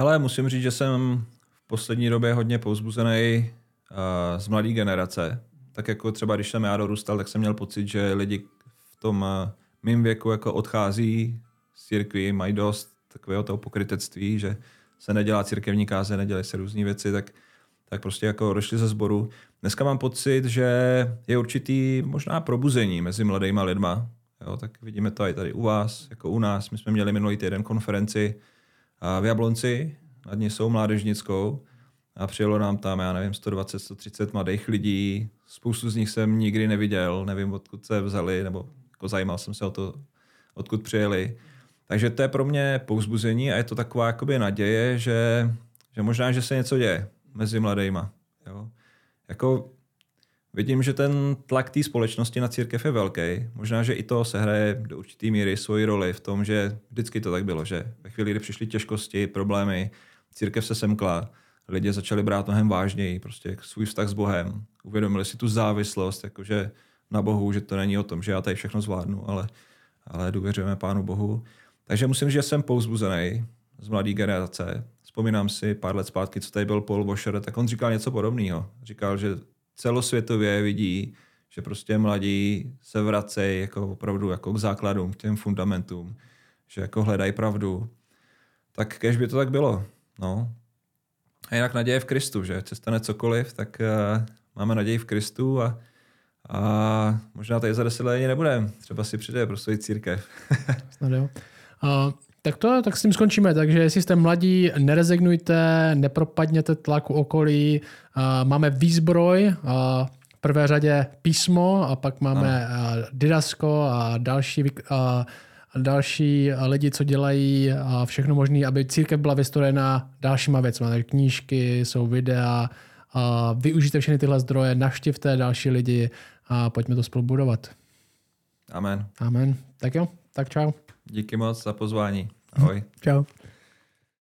Hele, musím říct, že jsem v poslední době hodně povzbuzený uh, z mladé generace. Tak jako třeba, když jsem já dorůstal, tak jsem měl pocit, že lidi v tom uh, mým věku jako odchází z církví, mají dost takového toho pokrytectví, že se nedělá církevní káze, nedělají se různé věci, tak, tak prostě jako odešli ze sboru. Dneska mám pocit, že je určitý možná probuzení mezi mladýma lidma. Jo, tak vidíme to i tady u vás, jako u nás. My jsme měli minulý týden konferenci v Jablonci nad Nisou mládežnickou a přijelo nám tam, já nevím, sto dvacet, sto třicet mladých lidí. Spoustu z nich jsem nikdy neviděl, nevím, odkud se vzali, nebo jako zajímal jsem se o to, odkud přijeli. Takže to je pro mě povzbuzení a je to taková jakoby naděje, že, že možná, že se něco děje mezi mladejma. Jo. Jako vidím, že ten tlak té společnosti na církev je velký. Možná, že i to sehraje do určité míry svoji roli v tom, že vždycky to tak bylo, že ve chvíli, kdy přišly těžkosti, problémy, církev se semkla, lidi začali brát mnohem vážněji prostě svůj vztah s Bohem. Uvědomili si tu závislost, jakože na Bohu, že to není o tom, že já tady všechno zvládnu, ale, ale důvěřujeme Pánu Bohu. Takže musím říct, že jsem povzbuzený z mladé generace. Vzpomínám si pár let zpátky, co tady byl Paul Washer, tak on říkal něco podobného. Říkal, že celosvětově vidí, že prostě mladí se vracejí jako opravdu jako k základům, k těm fundamentům, že jako hledají pravdu. Tak kéž by to tak bylo. No. A jinak naděje v Kristu, že? Se stane cokoliv, tak uh, máme naději v Kristu a, a možná tady za deset let ani nebudeme. Třeba si přijde pro svou církev.
Snad jo. Uh, tak to, tak s tím skončíme. Takže jestli jste mladí, nerezignujte, nepropadněte tlaku okolí. Uh, máme výzbroj, uh, v prvé řadě písmo a pak máme uh, didasko a další, uh, další lidi, co dělají uh, všechno možné, aby církev byla vystrojená dalšíma věcmi. Takže knížky, jsou videa, uh, využijte všechny tyhle zdroje, navštivte další lidi a pojďme to spolu budovat.
Amen.
Amen. Tak jo, tak čau.
Díky moc za pozvání. Ahoj.
Čau.